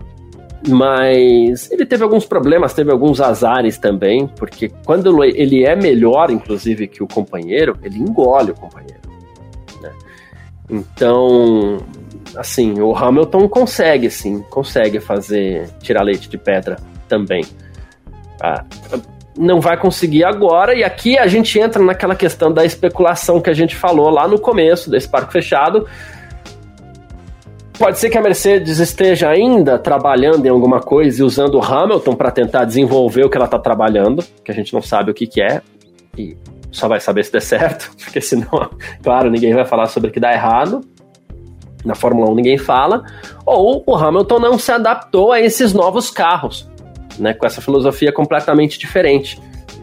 Mas ele teve alguns problemas, teve alguns azares também, porque quando ele é melhor, inclusive, que o companheiro, ele engole o companheiro, né? Então, assim, o Hamilton consegue, sim, consegue fazer, tirar leite de pedra também. Ah, não vai conseguir agora, e aqui a gente entra naquela questão da especulação que a gente falou lá no começo desse parque fechado. Pode ser que a Mercedes esteja ainda trabalhando em alguma coisa e usando o Hamilton para tentar desenvolver o que ela está trabalhando, que a gente não sabe o que, que é, e só vai saber se der certo, porque senão, claro, ninguém vai falar sobre o que dá errado. Na Fórmula um ninguém fala. Ou o Hamilton não se adaptou a esses novos carros, né, com essa filosofia completamente diferente.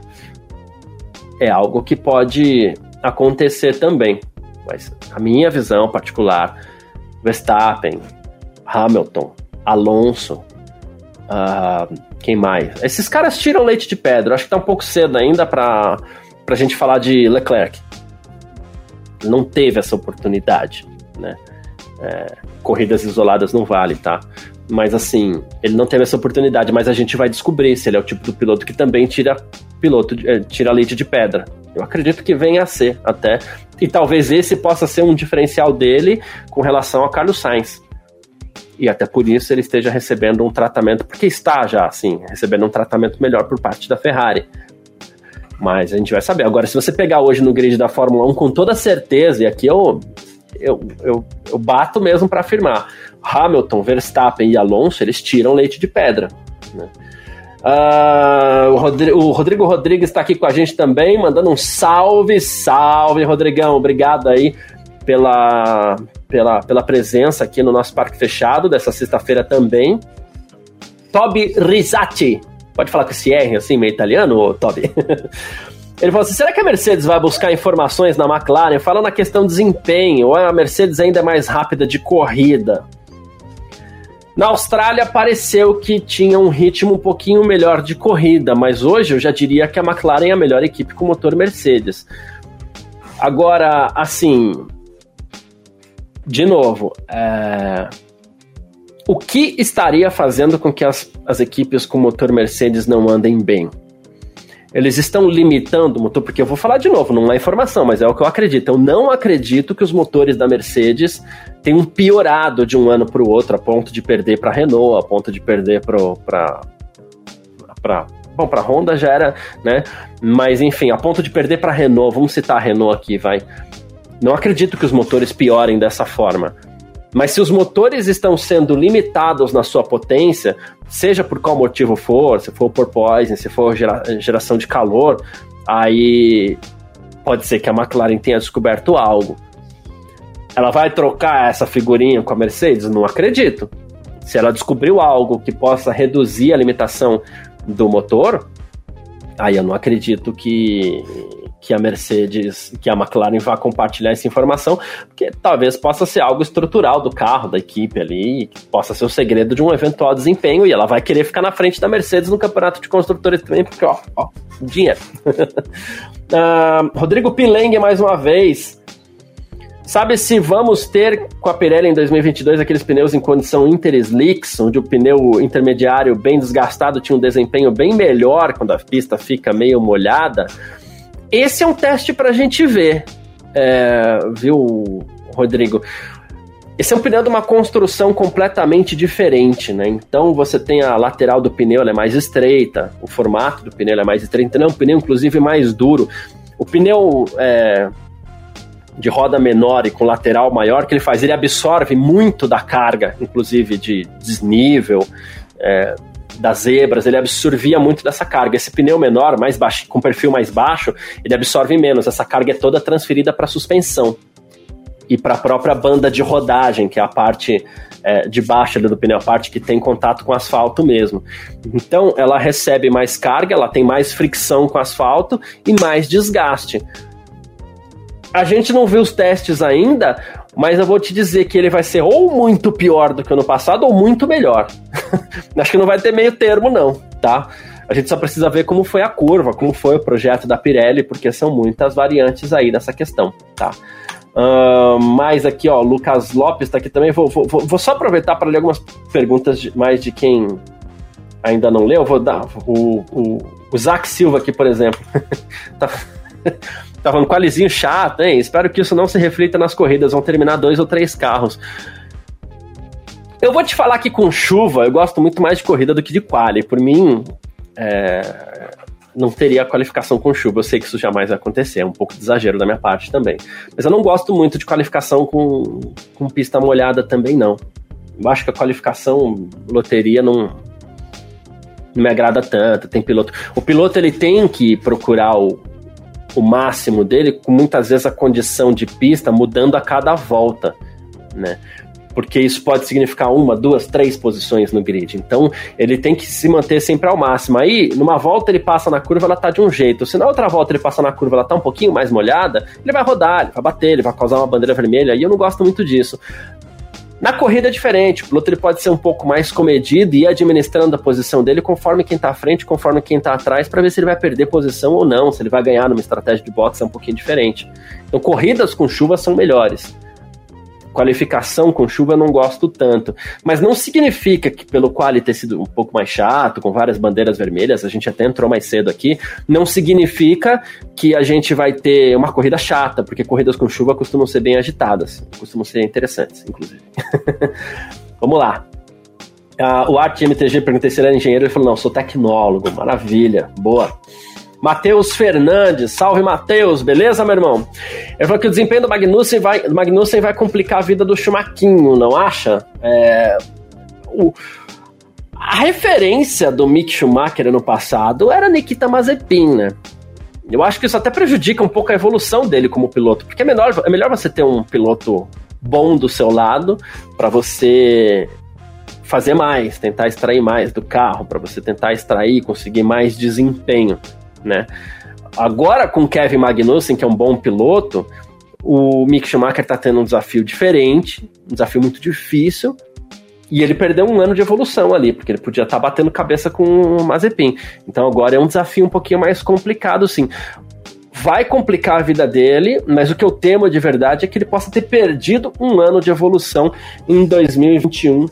É algo que pode acontecer também, mas a minha visão particular... Verstappen, Hamilton, Alonso, uh, quem mais? Esses caras tiram leite de pedra. Acho que tá um pouco cedo ainda pra, pra gente falar de Leclerc. Não teve essa oportunidade, né? É, corridas isoladas não vale, tá? Mas assim, ele não teve essa oportunidade, mas a gente vai descobrir se ele é o tipo do piloto que também tira, piloto, tira leite de pedra. Eu acredito que venha a ser até. E talvez esse possa ser um diferencial dele com relação a Carlos Sainz. E até por isso ele esteja recebendo um tratamento, porque está já, assim, recebendo um tratamento melhor por parte da Ferrari. Mas a gente vai saber. Agora, se você pegar hoje no grid da Fórmula um com toda certeza, e aqui eu, eu, eu, eu bato mesmo para afirmar, Hamilton, Verstappen e Alonso, eles tiram leite de pedra. né? Uh, o, Rodrigo, o Rodrigo Rodrigues está aqui com a gente também, mandando um salve, salve, Rodrigão, obrigado aí pela, pela, pela presença aqui no nosso Parque Fechado, dessa sexta-feira também. Toby Risati, pode falar com esse R assim, meio italiano, ô, Toby? Ele falou assim, será que a Mercedes vai buscar informações na McLaren, falando na questão de desempenho, ou a Mercedes ainda é mais rápida de corrida? Na Austrália pareceu que tinha um ritmo um pouquinho melhor de corrida, mas hoje eu já diria que a McLaren é a melhor equipe com motor Mercedes. Agora, assim, de novo, é... o que estaria fazendo com que as, as equipes com motor Mercedes não andem bem? Eles estão limitando o motor, porque eu vou falar de novo, não é informação, mas é o que eu acredito. Eu não acredito que os motores da Mercedes tenham piorado de um ano para o outro, a ponto de perder para a Renault, a ponto de perder para... Bom, para a Honda já era, né? Mas enfim, a ponto de perder para a Renault, vamos citar a Renault aqui, vai. Não acredito que os motores piorem dessa forma. Mas se os motores estão sendo limitados na sua potência, seja por qual motivo for, se for porpoising, se for gera, geração de calor, aí pode ser que a McLaren tenha descoberto algo. Ela vai trocar essa figurinha com a Mercedes? Não acredito. Se ela descobriu algo que possa reduzir a limitação do motor, aí eu não acredito que... que a Mercedes, que a McLaren vá compartilhar essa informação, porque talvez possa ser algo estrutural do carro, da equipe ali, que possa ser o segredo de um eventual desempenho, e ela vai querer ficar na frente da Mercedes no campeonato de construtores também, porque, ó, ó dinheiro. uh, Rodrigo Pilengue, mais uma vez, sabe se vamos ter com a Pirelli em dois mil e vinte e dois aqueles pneus em condição inter-slicks, onde o pneu intermediário bem desgastado tinha um desempenho bem melhor quando a pista fica meio molhada? Esse é um teste para a gente ver, é, viu, Rodrigo? Esse é um pneu de uma construção completamente diferente, né? Então você tem a lateral do pneu, ela é mais estreita, o formato do pneu é mais estreito, não é um pneu inclusive mais duro. O pneu é, de roda menor e com lateral maior, que ele faz, ele absorve muito da carga, inclusive de desnível, é, das zebras, ele absorvia muito dessa carga. Esse pneu menor, mais baixo, com perfil mais baixo, ele absorve menos. Essa carga é toda transferida para a suspensão e para a própria banda de rodagem, que é a parte é, de baixo do pneu, a parte que tem contato com o asfalto mesmo. Então, ela recebe mais carga, ela tem mais fricção com o asfalto e mais desgaste. A gente não viu os testes ainda, mas eu vou te dizer que ele vai ser ou muito pior do que o ano passado ou muito melhor. Acho que não vai ter meio termo não, tá? A gente só precisa ver como foi a curva, como foi o projeto da Pirelli, porque são muitas variantes aí nessa questão, tá? Uh, mais aqui, ó, Lucas Lopes tá aqui também. Vou, vou, vou só aproveitar para ler algumas perguntas de, mais de quem ainda não leu. Vou dar o, o, o Zac Silva aqui, por exemplo. tá... Tá falando, qualizinho chato, hein? Espero que isso não se reflita nas corridas. Vão terminar dois ou três carros. Eu vou te falar que com chuva eu gosto muito mais de corrida do que de quali. Por mim, é, não teria qualificação com chuva. Eu sei que isso jamais vai acontecer. É um pouco de exagero da minha parte também. Mas eu não gosto muito de qualificação com, com pista molhada também, não. Eu acho que a qualificação, loteria, não, não me agrada tanto. Tem piloto... O piloto ele tem que procurar o o máximo dele, com muitas vezes a condição de pista mudando a cada volta, né? Porque isso pode significar uma, duas, três posições no grid. Então, ele tem que se manter sempre ao máximo. Aí, numa volta ele passa na curva, ela tá de um jeito. Se na outra volta ele passa na curva, ela tá um pouquinho mais molhada, ele vai rodar, ele vai bater, ele vai causar uma bandeira vermelha, e eu não gosto muito disso. Na corrida é diferente, o piloto ele pode ser um pouco mais comedido e ir administrando a posição dele conforme quem está à frente, conforme quem está atrás, para ver se ele vai perder posição ou não, se ele vai ganhar numa estratégia de boxe é um pouquinho diferente. Então corridas com chuva são melhores. Qualificação com chuva eu não gosto tanto, mas não significa que pelo quali ter sido um pouco mais chato, com várias bandeiras vermelhas, a gente até entrou mais cedo aqui, não significa que a gente vai ter uma corrida chata, porque corridas com chuva costumam ser bem agitadas, costumam ser interessantes, inclusive. Vamos lá. Uh, o Art M T G perguntei se ele era engenheiro, ele falou, não, sou tecnólogo, maravilha, boa. Matheus Fernandes, salve Matheus, beleza, meu irmão? Ele falou que o desempenho do Magnussen vai, do Magnussen vai complicar a vida do Schumacher, não acha? É, o, a referência do Mick Schumacher no passado era Nikita Mazepin, né? Eu acho que isso até prejudica um pouco a evolução dele como piloto, porque é melhor, é melhor você ter um piloto bom do seu lado para você fazer mais, tentar extrair mais do carro, para você tentar extrair, conseguir mais desempenho, né? Agora com Kevin Magnussen, que é um bom piloto, o Mick Schumacher está tendo um desafio diferente, um desafio muito difícil, e ele perdeu um ano de evolução ali, porque ele podia estar tá batendo cabeça com o Mazepin. Então agora é um desafio um pouquinho mais complicado, sim. Vai complicar a vida dele, mas o que eu temo de verdade é que ele possa ter perdido um ano de evolução em dois mil e vinte e um,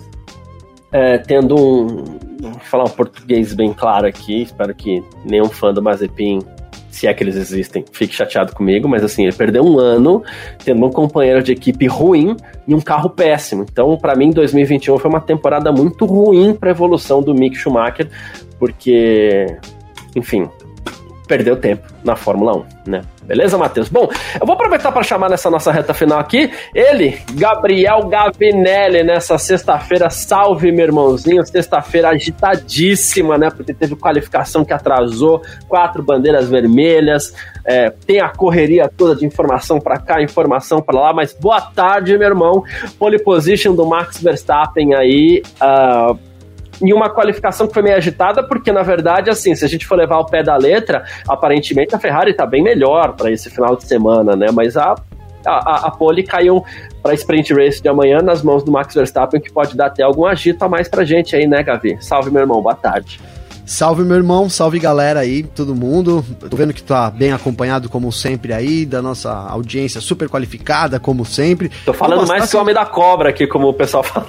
é, tendo um... Vou falar um português bem claro aqui, espero que nenhum fã do Mazepin, se é que eles existem, fique chateado comigo, mas assim, ele perdeu um ano tendo um companheiro de equipe ruim e um carro péssimo. Então, para mim, dois mil e vinte e um foi uma temporada muito ruim para a evolução do Mick Schumacher, porque, enfim, perdeu tempo na Fórmula um, né? Beleza, Matheus? Bom, eu vou aproveitar para chamar nessa nossa reta final aqui, ele, Gabriel Gavinelli, nessa sexta-feira. Salve, meu irmãozinho, sexta-feira agitadíssima, né? Porque teve qualificação que atrasou, quatro bandeiras vermelhas, é, tem a correria toda de informação para cá, informação para lá, mas boa tarde, meu irmão. Pole position do Max Verstappen aí, uh, em uma qualificação que foi meio agitada, porque, na verdade, assim, se a gente for levar ao pé da letra, aparentemente a Ferrari tá bem melhor para esse final de semana, né? Mas a, a, a pole caiu para a Sprint Race de amanhã nas mãos do Max Verstappen, que pode dar até algum agito a mais pra gente aí, né, Gavi? Salve, meu irmão, boa tarde. Salve, meu irmão, salve galera aí, todo mundo. Tô vendo que tá bem acompanhado, como sempre, aí, da nossa audiência super qualificada, como sempre. Tô falando mais que o Homem da Cobra aqui, como o pessoal fala.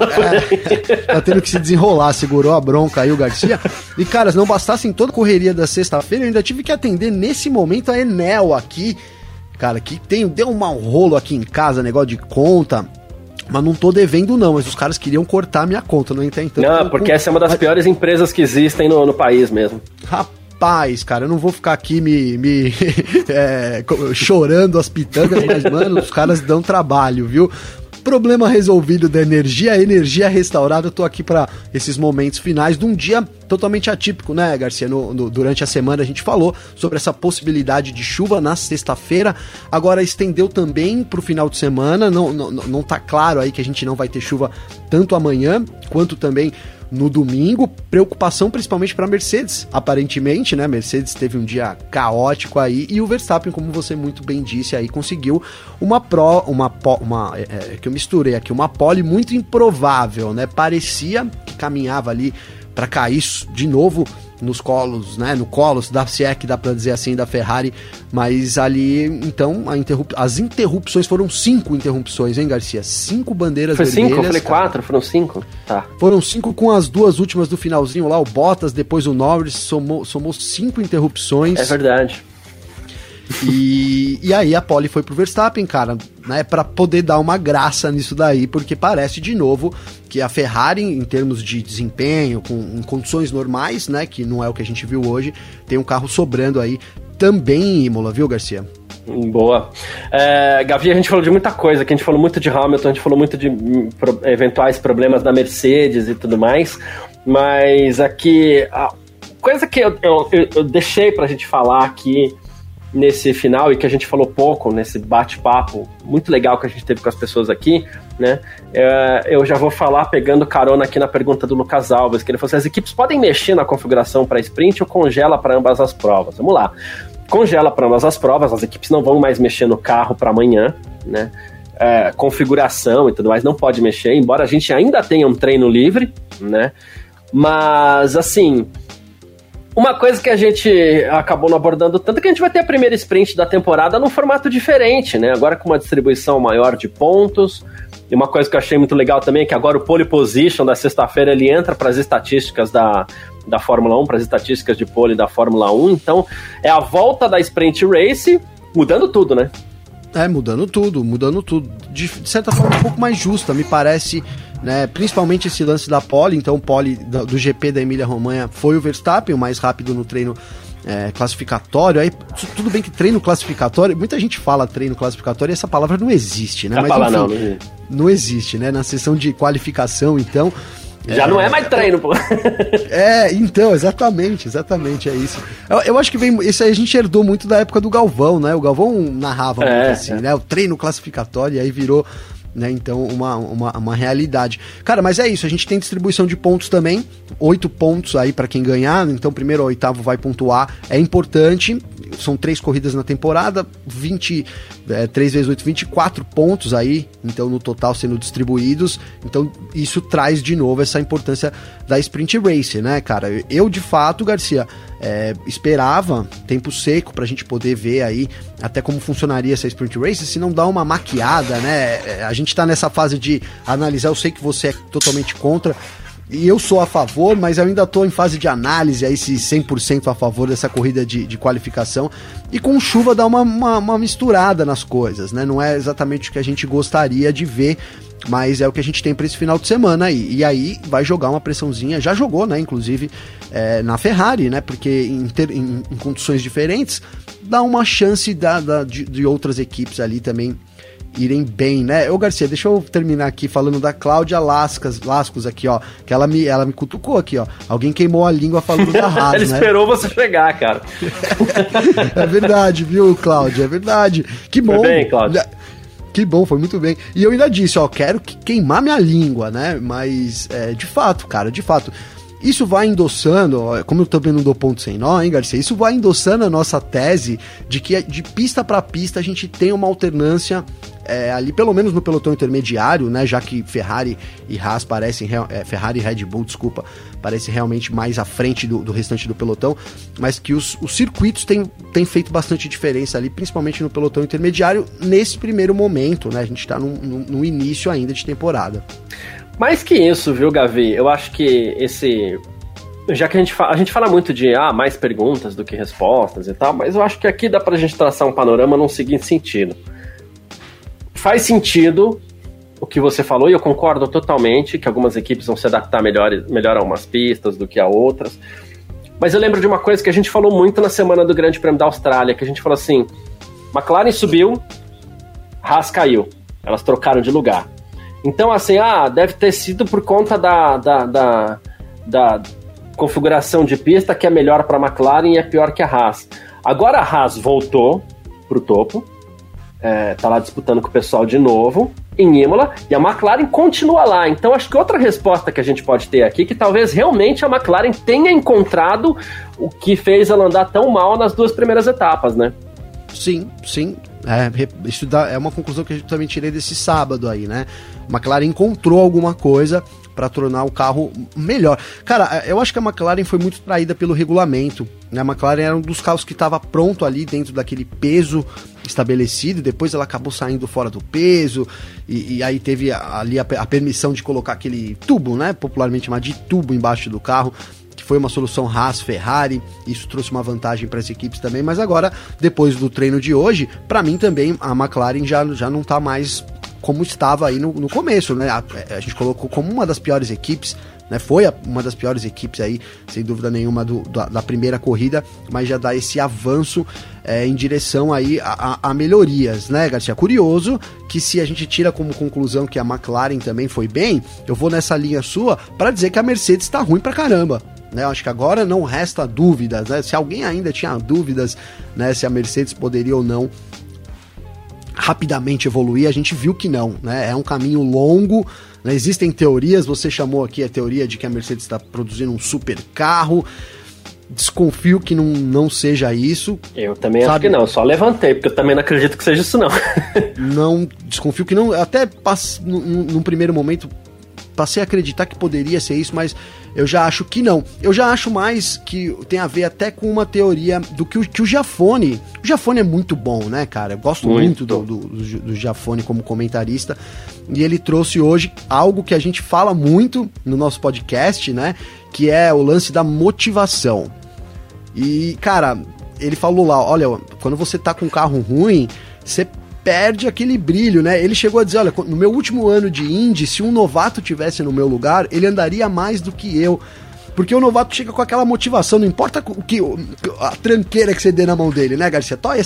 É, tá tendo que se desenrolar, segurou a bronca aí o Garcia. E, cara, se não bastasse em toda a correria da sexta-feira, eu ainda tive que atender nesse momento a Enel aqui, cara, que tem, deu um mau rolo aqui em casa, negócio de conta. Mas não tô devendo não, mas os caras queriam cortar minha conta, não entendo. Não, porque essa é uma das piores empresas que existem no, no país mesmo. Rapaz, cara, eu não vou ficar aqui me, me é, chorando as pitangas, mas, mano, os caras dão trabalho, viu? Problema resolvido da energia, energia restaurada. Eu tô aqui para esses momentos finais de um dia totalmente atípico, né, Garcia? No, no, durante a semana a gente falou sobre essa possibilidade de chuva na sexta-feira. Agora estendeu também pro final de semana. Não, não, não tá claro aí que a gente não vai ter chuva tanto amanhã quanto também no domingo. Preocupação principalmente para Mercedes, aparentemente, né? Mercedes teve um dia caótico aí e o Verstappen, como você muito bem disse aí, conseguiu uma pro, uma, uma é, que eu misturei aqui, uma pole muito improvável, né? Parecia que caminhava ali para cair de novo nos colos, né, no colo, se é que dá pra dizer assim, da Ferrari, mas ali, então, a interrup... as interrupções foram cinco interrupções, hein, Garcia? Cinco bandeiras Foi vermelhas. Foi cinco? Eu falei quatro, foram cinco? Tá. Foram cinco com as duas últimas do finalzinho lá, o Bottas, depois o Norris, somou, somou cinco interrupções. É verdade. E, e aí a pole foi pro Verstappen, cara, né, pra poder dar uma graça nisso daí, porque parece de novo que a Ferrari, em termos de desempenho, com em condições normais, né, que não é o que a gente viu hoje, tem um carro sobrando aí também em Imola, viu, Garcia? Boa. É, Gavi, a gente falou de muita coisa, que a gente falou muito de Hamilton, a gente falou muito de pro, eventuais problemas da Mercedes e tudo mais, mas aqui, a coisa que eu, eu, eu deixei pra gente falar aqui nesse final, e que a gente falou pouco nesse bate-papo muito legal que a gente teve com as pessoas aqui, né? É, eu já vou falar pegando carona aqui na pergunta do Lucas Alves, que ele falou assim: as equipes podem mexer na configuração para sprint ou congela para ambas as provas? Vamos lá. Congela para ambas as provas, as equipes não vão mais mexer no carro para amanhã, né? É, configuração e tudo mais não pode mexer, embora a gente ainda tenha um treino livre, né? Mas, assim, uma coisa que a gente acabou não abordando tanto é que a gente vai ter a primeira sprint da temporada num formato diferente, né? Agora com uma distribuição maior de pontos. E uma coisa que eu achei muito legal também é que agora o pole position da sexta-feira ele entra para as estatísticas da, da Fórmula um, para as estatísticas de pole da Fórmula um. Então é a volta da sprint race mudando tudo, né? É, mudando tudo, mudando tudo. De, de certa forma um pouco mais justa, me parece, né? Principalmente esse lance da pole. Então o pole do, do G P da Emília-Romanha foi o Verstappen, o mais rápido no treino é, classificatório. Aí tudo bem que treino classificatório, muita gente fala treino classificatório e essa palavra não existe, né? Mas, Mas falar, enfim, não, não, não existe, né? Na sessão de qualificação, então, Já é, não é mais treino, pô. É, então, exatamente, exatamente, é isso. Eu, eu acho que vem, isso aí a gente herdou muito da época do Galvão, né? O Galvão narrava é, muito assim, é. né? O treino classificatório, e aí virou, né, então, uma, uma, uma realidade. Cara, mas é isso, a gente tem distribuição de pontos também, oito pontos aí pra quem ganhar, então primeiro ao oitavo vai pontuar, é importante, são três corridas na temporada, vinte, é, três vezes oito, vinte e quatro pontos aí, então no total sendo distribuídos, então isso traz de novo essa importância da Sprint Race, né, cara? Eu, de fato, Garcia, é, esperava tempo seco pra gente poder ver aí até como funcionaria essa Sprint Race, se não dá uma maquiada, né? A gente tá nessa fase de analisar, eu sei que você é totalmente contra, e eu sou a favor, mas eu ainda tô em fase de análise aí, se cem por cento a favor dessa corrida de, de qualificação, e com chuva dá uma, uma, uma misturada nas coisas, né? Não é exatamente o que a gente gostaria de ver, mas é o que a gente tem para esse final de semana aí, e aí vai jogar uma pressãozinha, já jogou, né, inclusive é, na Ferrari, né, porque em, ter, em, em condições diferentes, dá uma chance da, da, de, de outras equipes ali também irem bem, né? Ô Garcia, deixa eu terminar aqui falando da Cláudia Lascas, Lascos aqui, ó, que ela me, ela me cutucou aqui, ó, alguém queimou a língua falando da Haas, Ela né? esperou você chegar, cara. É verdade, viu, Cláudia, é verdade. Que bom. Foi bem, Cláudia. Que bom, foi muito bem. E eu ainda disse, ó, quero que queimar minha língua, né? Mas, é, de fato, cara, de fato, isso vai endossando, ó, como eu também não dou ponto sem nó, hein, Garcia? Isso vai endossando a nossa tese de que de pista para pista a gente tem uma alternância é, ali, pelo menos no pelotão intermediário, né? Já que Ferrari e Haas parecem, é, Ferrari e Red Bull, desculpa, parecem realmente mais à frente do, do restante do pelotão, mas que os, os circuitos têm, têm feito bastante diferença ali, principalmente no pelotão intermediário, nesse primeiro momento, né? A gente tá no, no, no início ainda de temporada. Mais que isso, viu, Gavi? Eu acho que esse... Já que a gente, fala, a gente fala muito de ah, mais perguntas do que respostas e tal, mas eu acho que aqui dá pra gente traçar um panorama num seguinte sentido. Faz sentido o que você falou, e eu concordo totalmente que algumas equipes vão se adaptar melhor, melhor a umas pistas do que a outras. Mas eu lembro de uma coisa que a gente falou muito na semana do Grande Prêmio da Austrália, que a gente falou assim, McLaren subiu, Haas caiu. Elas trocaram de lugar. Então, assim, ah, deve ter sido por conta da, da, da, da configuração de pista que é melhor para a McLaren e é pior que a Haas. Agora a Haas voltou pro topo, é, tá lá disputando com o pessoal de novo, em Imola, e a McLaren continua lá. Então, acho que outra resposta que a gente pode ter aqui, que talvez realmente a McLaren tenha encontrado o que fez ela andar tão mal nas duas primeiras etapas, né? Sim, sim. É, isso dá, é uma conclusão que a gente também tirei desse sábado aí, né? A McLaren encontrou alguma coisa para tornar o carro melhor. Cara, eu acho que a McLaren foi muito traída pelo regulamento, né? A McLaren era um dos carros que estava pronto ali dentro daquele peso estabelecido, depois ela acabou saindo fora do peso, e, e aí teve ali a, a permissão de colocar aquele tubo, né? Popularmente chamado de tubo embaixo do carro, que foi uma solução Haas, Ferrari, isso trouxe uma vantagem para as equipes também, mas agora, depois do treino de hoje, para mim também a McLaren já, já não tá mais como estava aí no, no começo, né? A, a gente colocou como uma das piores equipes, né? Foi a, uma das piores equipes aí, sem dúvida nenhuma, do, da, da primeira corrida, mas já dá esse avanço é, em direção aí a, a, a melhorias, né, Garcia? Curioso que se a gente tira como conclusão que a McLaren também foi bem, eu vou nessa linha sua para dizer que a Mercedes tá ruim pra caramba. Né, eu acho que agora não resta dúvidas, né? Se alguém ainda tinha dúvidas, né, se a Mercedes poderia ou não rapidamente evoluir, a gente viu que não, né? É um caminho longo, né? Existem teorias, você chamou aqui a teoria de que a Mercedes está produzindo um super carro. Desconfio que não, não seja isso. Eu também sabe? Acho que não, só levantei, porque eu também não acredito que seja isso não. Não, desconfio que não, até passe, num, num primeiro momento passei a acreditar que poderia ser isso, mas eu já acho que não. Eu já acho mais que tem a ver até com uma teoria do que o, que o Giafone... O Giafone é muito bom, né, cara? Eu gosto muito, muito do, do, do, do Giafone como comentarista. E ele trouxe hoje algo que a gente fala muito no nosso podcast, né? Que é o lance da motivação. E, cara, ele falou lá, olha, quando você tá com um carro ruim, você perde aquele brilho, né? Ele chegou a dizer, olha, no meu último ano de Indy, se um novato tivesse no meu lugar, ele andaria mais do que eu. Porque o novato chega com aquela motivação, não importa o que, a tranqueira que você dê na mão dele, né, Garcia? Tó essa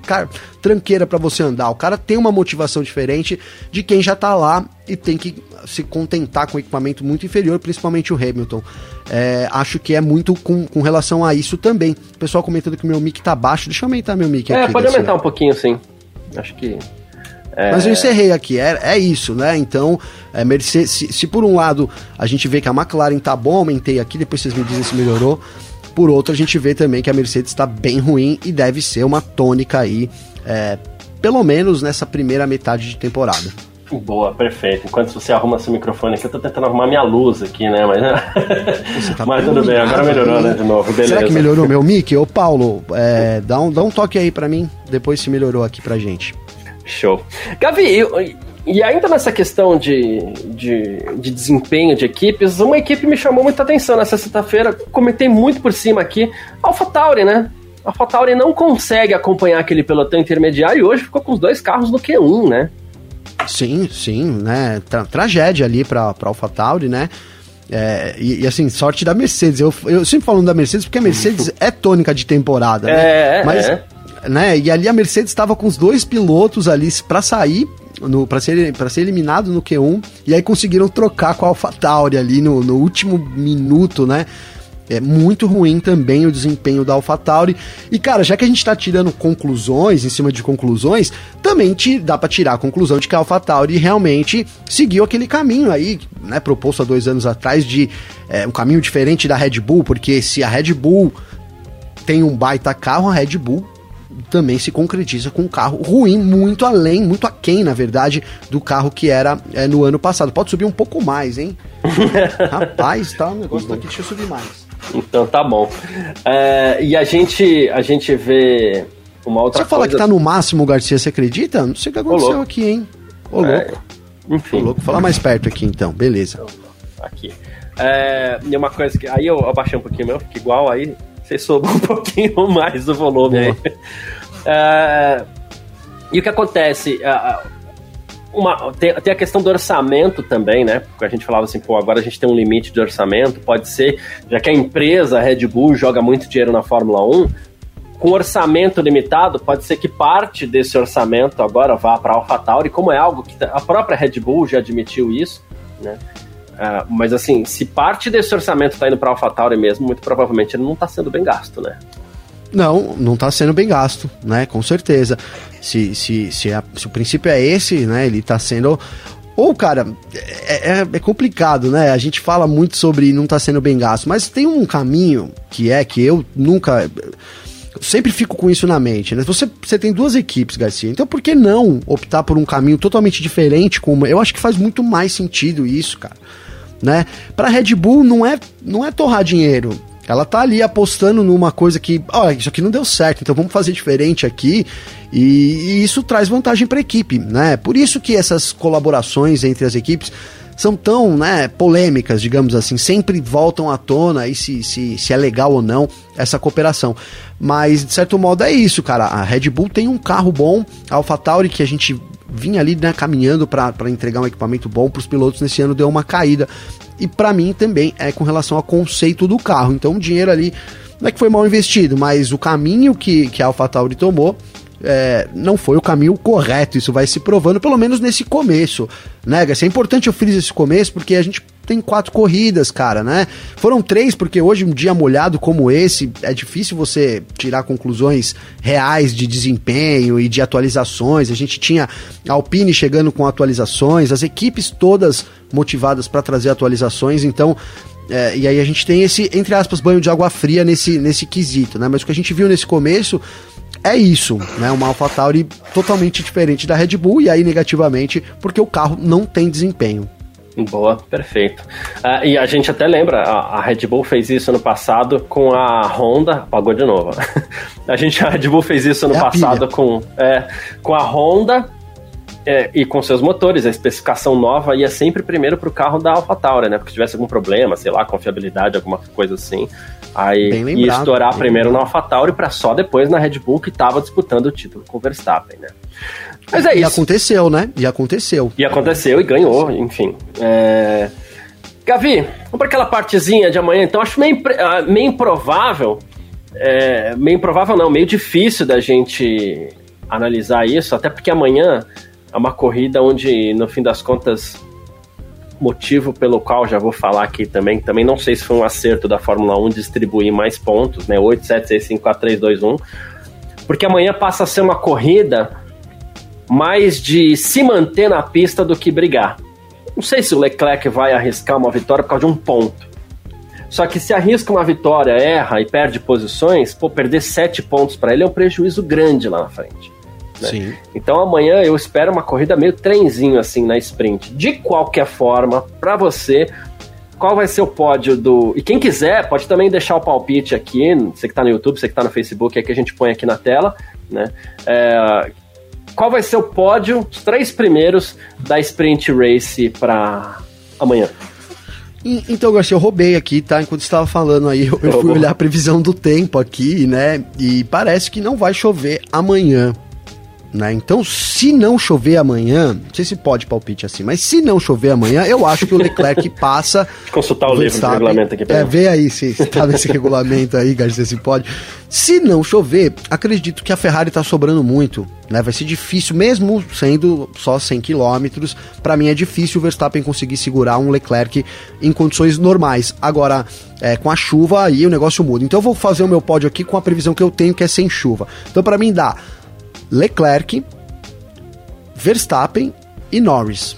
cara, tranqueira pra você andar. O cara tem uma motivação diferente de quem já tá lá e tem que se contentar com equipamento muito inferior, principalmente o Hamilton. É, acho que é muito com, com relação a isso também. O pessoal comentando que o meu mic tá baixo. Deixa eu aumentar meu mic é, aqui. É, pode aumentar um pouquinho, sim. Acho que... É... Mas eu encerrei aqui, é, é isso, né? Então, é, Mercedes, se, se por um lado a gente vê que a McLaren tá bom, aumentei aqui, depois vocês me dizem se melhorou. Por outro, a gente vê também que a Mercedes tá bem ruim e deve ser uma tônica aí, é, pelo menos nessa primeira metade de temporada. Boa, perfeito. Enquanto você arruma seu microfone aqui, eu tô tentando arrumar minha luz aqui, né? Mas, tá Mas tudo bem, agora melhorou, né? De novo, beleza. Será que melhorou meu mic? Ô Paulo, é, dá, um, dá um toque aí pra mim, depois se melhorou aqui pra gente. Show. Gavi, e, e ainda nessa questão de, de, de desempenho de equipes, uma equipe me chamou muita atenção nessa sexta-feira, comentei muito por cima aqui, AlphaTauri, né? A AlphaTauri não consegue acompanhar aquele pelotão intermediário e hoje ficou com os dois carros no Q um, né? Sim, sim, né? Tra- tragédia ali pra, pra AlphaTauri, né? É, e, e assim, sorte da Mercedes. Eu, eu sempre falo da Mercedes porque a Mercedes é tônica de temporada, né? É, Mas, é. Né? E ali a Mercedes estava com os dois pilotos ali para sair, para ser, pra ser eliminado no Q um, e aí conseguiram trocar com a AlphaTauri ali no, no último minuto, né? É muito ruim também o desempenho da AlphaTauri. E, cara, já que a gente tá tirando conclusões em cima de conclusões, também te, dá pra tirar a conclusão de que a AlphaTauri realmente seguiu aquele caminho aí, né, proposto há dois anos atrás, de é, um caminho diferente da Red Bull, porque se a Red Bull tem um baita carro, a Red Bull também se concretiza com um carro ruim, muito além, muito aquém, na verdade, do carro que era é, no ano passado. Pode subir um pouco mais, hein? Rapaz, tá, o negócio daqui, deixa eu subir mais. Então tá bom. É, e a gente, a gente vê uma outra Você fala coisa... que tá no máximo, Garcia, você acredita? Não sei o que aconteceu Ô, aqui, hein? Ô, é, louco. Enfim. Ô, louco. Fala mais perto aqui, então. Beleza. Aqui. É, e uma coisa que... Aí eu abaixei um pouquinho meu, fica igual, aí você soube um pouquinho mais do volume aí. É, e o que acontece... Uma, tem, tem a questão do orçamento também, né? Porque a gente falava assim, pô, agora a gente tem um limite de orçamento, pode ser, já que a empresa, a Red Bull, joga muito dinheiro na Fórmula um, com orçamento limitado, pode ser que parte desse orçamento agora vá para a AlphaTauri, como é algo que a própria Red Bull já admitiu isso, né? Uh, mas assim, se parte desse orçamento está indo para a AlphaTauri mesmo, muito provavelmente ele não está sendo bem gasto, né? Não, não tá sendo bem gasto, né? Com certeza. Se, se, se, a, se o princípio é esse, né? Ele tá sendo... Ou, cara, é, é, é complicado, né? A gente fala muito sobre não tá sendo bem gasto, mas tem um caminho que é que eu nunca... Eu sempre fico com isso na mente, né? Você, você tem duas equipes, Garcia, então por que não optar por um caminho totalmente diferente? Com uma... Eu acho que faz muito mais sentido isso, cara, né? Pra Red Bull não é, não é torrar dinheiro. Ela tá ali apostando numa coisa que, ó, isso aqui não deu certo, então vamos fazer diferente aqui, e, e isso traz vantagem para a equipe, né? Por isso que essas colaborações entre as equipes são tão, né, polêmicas, digamos assim, sempre voltam à tona aí se, se, se é legal ou não essa cooperação. Mas, de certo modo, é isso, cara. A Red Bull tem um carro bom, a AlphaTauri, que a gente vinha ali, né, caminhando para entregar um equipamento bom para os pilotos, nesse ano deu uma caída. E para mim também é com relação ao conceito do carro. Então o dinheiro ali não é que foi mal investido, mas o caminho que, que a AlphaTauri tomou é, não foi o caminho correto. Isso vai se provando, pelo menos nesse começo, né, Garcia? É importante eu frisar esse começo porque a gente tem quatro corridas, cara, né? Foram três, porque hoje um dia molhado como esse, é difícil você tirar conclusões reais de desempenho e de atualizações. A gente tinha a Alpine chegando com atualizações, as equipes todas motivadas para trazer atualizações, então... É, e aí a gente tem esse, entre aspas, banho de água fria nesse, nesse quesito, né? Mas o que a gente viu nesse começo é isso, né? Uma AlphaTauri totalmente diferente da Red Bull, e aí negativamente, porque o carro não tem desempenho. Boa, perfeito. Uh, e a gente até lembra, a, a Red Bull fez isso ano passado com a Honda, apagou de novo. a, gente, a Red Bull fez isso ano é passado com, é, com a Honda é, e com seus motores. A especificação nova ia sempre primeiro para o carro da AlphaTauri, né? Porque se tivesse algum problema, sei lá, confiabilidade, alguma coisa assim, aí lembrado, ia estourar primeiro lembrado. na AlphaTauri para só depois na Red Bull, que estava disputando o título com o Verstappen, né? Mas é e isso. aconteceu, né? E aconteceu. E aconteceu e ganhou, enfim. É... Gavi, vamos para aquela partezinha de amanhã. Então, acho meio, impre... meio improvável, é... meio improvável não, meio difícil da gente analisar isso, até porque amanhã é uma corrida onde, no fim das contas, motivo pelo qual já vou falar aqui também, também não sei se foi um acerto da Fórmula um distribuir mais pontos, né, oito, sete, seis, cinco, quatro, três, dois, um, porque amanhã passa a ser uma corrida mais de se manter na pista do que brigar. Não sei se o Leclerc vai arriscar uma vitória por causa de um ponto. Só que se arrisca uma vitória, erra e perde posições, pô, perder sete pontos para ele é um prejuízo grande lá na frente. Né? Sim. Então amanhã eu espero uma corrida meio trenzinho assim na sprint. De qualquer forma, para você, qual vai ser o pódio do... E quem quiser, pode também deixar o palpite aqui, você que tá no YouTube, você que tá no Facebook, é que a gente põe aqui na tela, né? É... Qual vai ser o pódio, os três primeiros da Sprint Race para amanhã? Então, Garcia, eu roubei aqui, tá? Enquanto você estava falando aí, eu, eu fui olhar a previsão do tempo aqui, né? E parece que não vai chover amanhã, né? Então, se não chover amanhã, não sei se pode palpite assim, mas se não chover amanhã, eu acho que o Leclerc passa... Deixa eu consultar o, o livro do regulamento aqui. É, vê aí se está nesse regulamento aí, Garcia, se pode. Se não chover, acredito que a Ferrari tá sobrando muito, né? Vai ser difícil, mesmo sendo só cem quilômetros, para mim é difícil o Verstappen conseguir segurar um Leclerc em condições normais. Agora, é, com a chuva, aí o negócio muda. Então eu vou fazer o meu pódio aqui com a previsão que eu tenho, que é sem chuva. Então para mim dá Leclerc, Verstappen e Norris.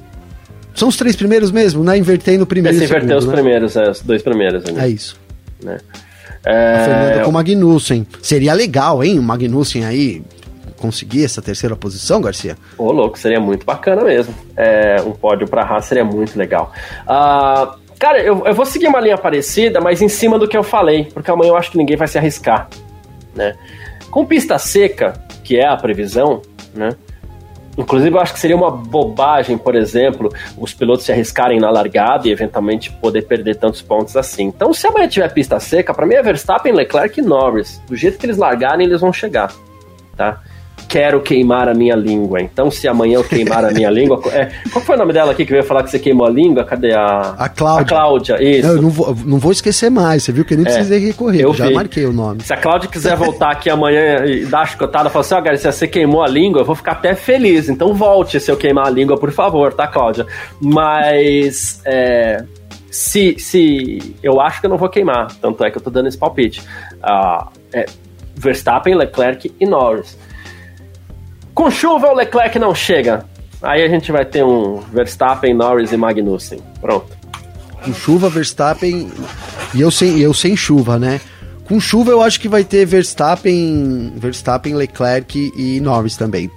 São os três primeiros mesmo, né? Invertendo o primeiro é, e o segundo, inverter os né? primeiros, é, os dois primeiros. Né? É isso. Né? É... A Fernanda É... com o Magnussen. Seria legal, hein? O Magnussen aí conseguir essa terceira posição, Garcia? Ô, louco, seria muito bacana mesmo. É, um pódio pra Haas seria muito legal. Uh, cara, eu, eu vou seguir uma linha parecida, mas em cima do que eu falei, porque amanhã eu acho que ninguém vai se arriscar, né? Com pista seca, que é a previsão, né? Inclusive eu acho que seria uma bobagem, por exemplo, os pilotos se arriscarem na largada e eventualmente poder perder tantos pontos assim. Então, se amanhã tiver pista seca, pra mim é Verstappen, Leclerc e Norris. Do jeito que eles largarem, eles vão chegar, tá? Quero queimar a minha língua. Então, se amanhã eu queimar a minha língua... É, qual foi o nome dela aqui que veio falar que você queimou a língua? Cadê a... A Cláudia. A Cláudia, isso. Não, eu não vou, não vou esquecer mais. Você viu que eu nem precisei é, recorrer. Eu já vi. Marquei o nome. Se a Cláudia quiser voltar aqui amanhã e dar a chicotada e falar assim, ó, oh, Garcia, você queimou a língua, eu vou ficar até feliz. Então volte se eu queimar a língua, por favor, tá, Cláudia? Mas... É... Se, se eu acho que eu não vou queimar, tanto é que eu tô dando esse palpite. Uh, é Verstappen, Leclerc e Norris. Com chuva, o Leclerc não chega. Aí a gente vai ter um Verstappen, Norris e Magnussen. Pronto. Com chuva, Verstappen... E eu sem, eu sem chuva, né? Com chuva, eu acho que vai ter Verstappen, Verstappen, Leclerc e Norris também.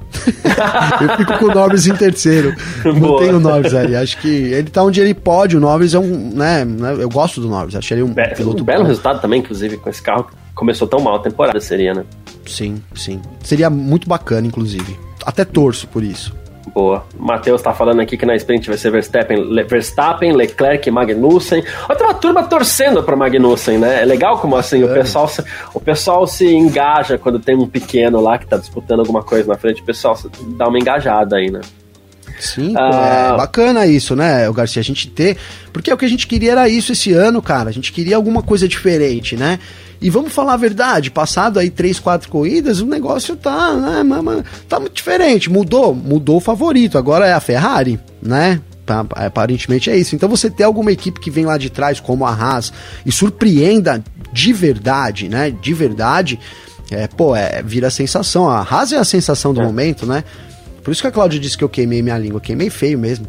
Eu fico com o Norris em terceiro. Não tenho o Norris aí. Acho que ele tá onde ele pode. O Norris é um... Né, eu gosto do Norris. Acho ele um Be- piloto um belo bom. resultado também, inclusive, com esse carro. Começou tão mal a temporada, seria, né? Sim, sim. Seria muito bacana, inclusive. Até torço por isso. Boa. O Matheus tá falando aqui que na sprint vai ser Verstappen, Le- Verstappen Leclerc e Magnussen. Olha, tem uma turma torcendo pra Magnussen, né? É legal como assim o pessoal, se, o pessoal se engaja quando tem um pequeno lá que tá disputando alguma coisa na frente. O pessoal dá uma engajada aí, né? Sim, ah, é bacana isso, né, o Garcia, a gente ter, porque o que a gente queria era isso esse ano, cara, a gente queria alguma coisa diferente, né, e vamos falar a verdade, passado aí três, quatro corridas, o negócio tá, né, tá muito diferente, mudou, mudou o favorito, agora é a Ferrari, né, tá, aparentemente é isso, então você ter alguma equipe que vem lá de trás, como a Haas, e surpreenda de verdade, né, de verdade, é, pô, é, vira sensação, a Haas é a sensação do é. momento, né. Por isso que a Cláudia disse que eu queimei minha língua. Queimei feio mesmo.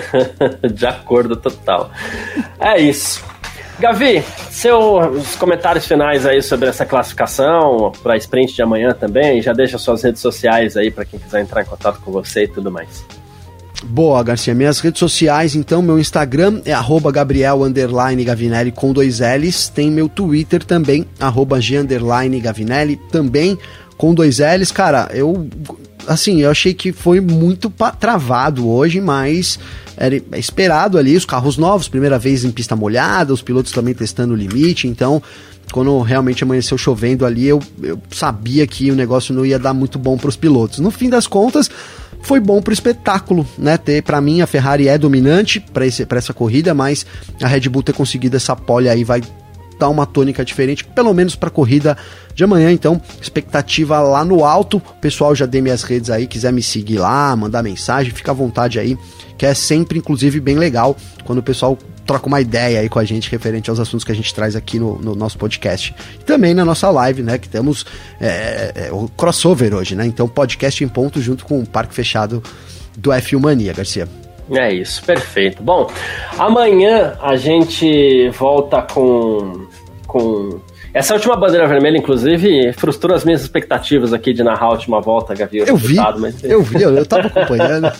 De acordo total. É isso. Gavi, seus comentários finais aí sobre essa classificação para a sprint de amanhã também. Já deixa suas redes sociais aí para quem quiser entrar em contato com você e tudo mais. Boa, Garcia. Minhas redes sociais, então, meu Instagram é arroba Gabriel underline Gavinelli com dois L's. Tem meu Twitter também, arroba G underline Gavinelli, também com dois L's. Cara, eu... Assim, eu achei que foi muito pa- travado hoje, mas era esperado ali, os carros novos, primeira vez em pista molhada, os pilotos também testando o limite, então, quando realmente amanheceu chovendo ali, eu, eu sabia que o negócio não ia dar muito bom para os pilotos. No fim das contas, foi bom pro espetáculo, né? Ter, pra mim, a Ferrari é dominante para essa corrida, mas a Red Bull ter conseguido essa pole aí vai dar uma tônica diferente, pelo menos para a corrida de amanhã. Então, expectativa lá no alto. O pessoal já dei minhas redes aí, quiser me seguir lá, mandar mensagem, fica à vontade aí, que é sempre, inclusive, bem legal quando o pessoal troca uma ideia aí com a gente referente aos assuntos que a gente traz aqui no, no nosso podcast. E também na nossa live, né, que temos é, é, o crossover hoje, né? Então, podcast em ponto junto com o Parque Fechado do F um Mania, Garcia. É isso, perfeito. Bom, amanhã a gente volta com... com... Essa última bandeira vermelha, inclusive, frustrou as minhas expectativas aqui de narrar a última volta, Gavi. Eu vi, mas... eu vi, eu tava acompanhando.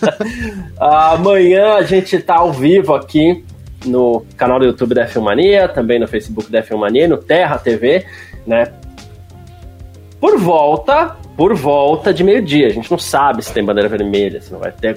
Amanhã a gente tá ao vivo aqui no canal do YouTube da F um Mania, também no Facebook da F um Mania, no Terra T V, né? Por volta, por volta de meio-dia. A gente não sabe se tem bandeira vermelha, se não vai ter.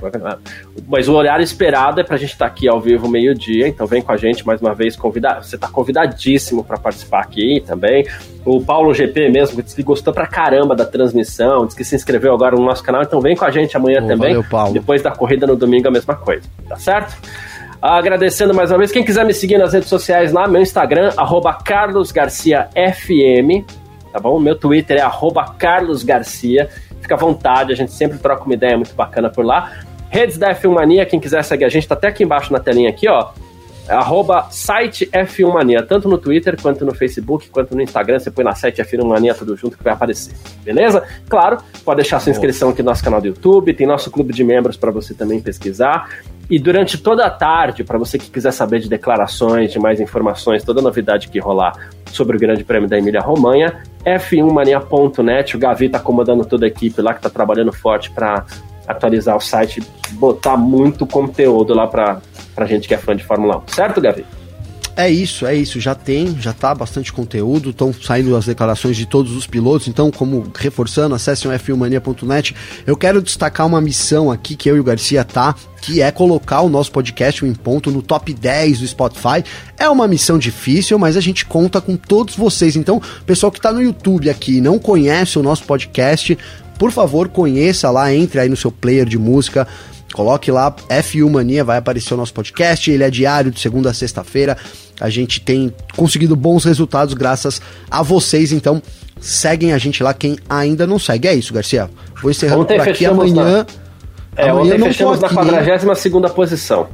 Mas o horário esperado é pra gente estar aqui ao vivo meio-dia, então vem com a gente mais uma vez. Convida... Você tá convidadíssimo para participar aqui também. O Paulo G P mesmo, disse que gostou pra caramba da transmissão, disse que se inscreveu agora no nosso canal, então vem com a gente amanhã oh, também. Valeu, Paulo. Depois da corrida no domingo, a mesma coisa, tá certo? Agradecendo mais uma vez. Quem quiser me seguir nas redes sociais lá, meu Instagram, arroba Carlos Garcia F M, tá bom? Meu Twitter é arroba Carlos Garcia. Fica à vontade, a gente sempre troca uma ideia muito bacana por lá. Redes da F um Mania, quem quiser seguir a gente, tá até aqui embaixo na telinha aqui, ó. Arroba site F um Mania, tanto no Twitter, quanto no Facebook, quanto no Instagram. Você põe na site F um Mania tudo junto que vai aparecer, beleza? Claro, pode deixar sua inscrição aqui no nosso canal do YouTube, tem nosso clube de membros para você também pesquisar. E durante toda a tarde, para você que quiser saber de declarações, de mais informações, toda novidade que rolar sobre o Grande Prêmio da Emília-Romanha, F um mania ponto net, o Gavi tá comandando toda a equipe lá que tá trabalhando forte para atualizar o site, botar muito conteúdo lá pra, pra gente que é fã de Fórmula um, certo, Gavi? É isso, é isso, já tem, já tá bastante conteúdo, estão saindo as declarações de todos os pilotos, então, como reforçando, acessem o F um mania ponto net. Eu quero destacar uma missão aqui que eu e o Garcia tá, que é colocar o nosso podcast em ponto no top dez do Spotify. É uma missão difícil, mas a gente conta com todos vocês, então, pessoal que tá no YouTube aqui e não conhece o nosso podcast, por favor, conheça lá, entre aí no seu player de música, coloque lá F um Mania, vai aparecer o nosso podcast, ele é diário de segunda a sexta-feira, a gente tem conseguido bons resultados graças a vocês, então seguem a gente lá quem ainda não segue. É isso, Garcia, vou encerrando ontem por aqui, amanhã... Na... É, amanhã ontem fechamos na quadragésima segunda posição.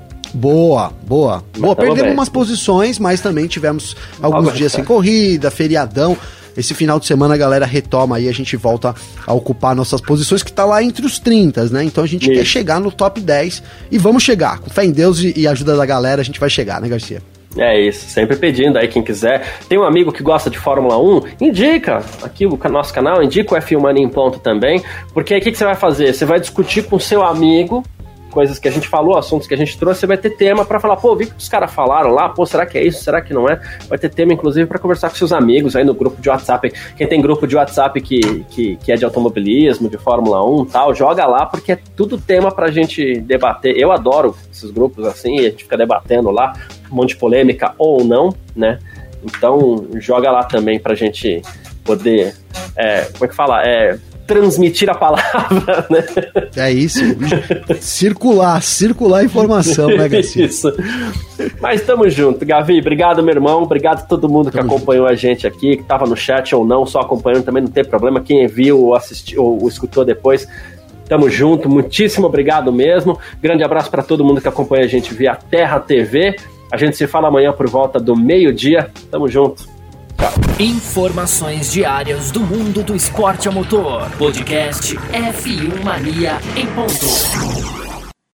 Boa, boa. Mas boa, perdemos bem. Umas posições, mas também tivemos alguns Algo dias sem corrida, feriadão. Esse final de semana a galera retoma aí, a gente volta a ocupar nossas posições, que tá lá entre os trinta, né? Então a gente Isso. quer chegar no top dez e vamos chegar. Com fé em Deus e, e ajuda da galera, a gente vai chegar, né, Garcia? É isso, sempre pedindo aí quem quiser. Tem um amigo que gosta de Fórmula um, indica aqui o nosso canal, indica o F um Mania em ponto também, porque aí o que, que você vai fazer? Você vai discutir com seu amigo coisas que a gente falou, assuntos que a gente trouxe, você vai ter tema pra falar, pô, vi que os caras falaram lá, pô, será que é isso, será que não é? Vai ter tema, inclusive, pra conversar com seus amigos aí no grupo de WhatsApp. Quem tem grupo de WhatsApp que, que, que é de automobilismo, de Fórmula um e tal, joga lá, porque é tudo tema pra gente debater. Eu adoro esses grupos assim, a gente fica debatendo lá, um monte de polêmica ou não, né? Então, joga lá também pra gente poder, é, como é que fala? É... transmitir a palavra, né? É isso, circular, circular a informação, né, Garcia? Isso. Mas tamo junto, Gavi, obrigado, meu irmão, obrigado a todo mundo que tamo acompanhou junto. A gente aqui, que tava no chat ou não, só acompanhando também não tem problema, quem viu ou assistiu ou escutou depois, tamo junto, muitíssimo obrigado mesmo, grande abraço para todo mundo que acompanha a gente via Terra T V, a gente se fala amanhã por volta do meio-dia, tamo junto. Tchau. Informações diárias do mundo do esporte a motor. Podcast F um Mania em ponto.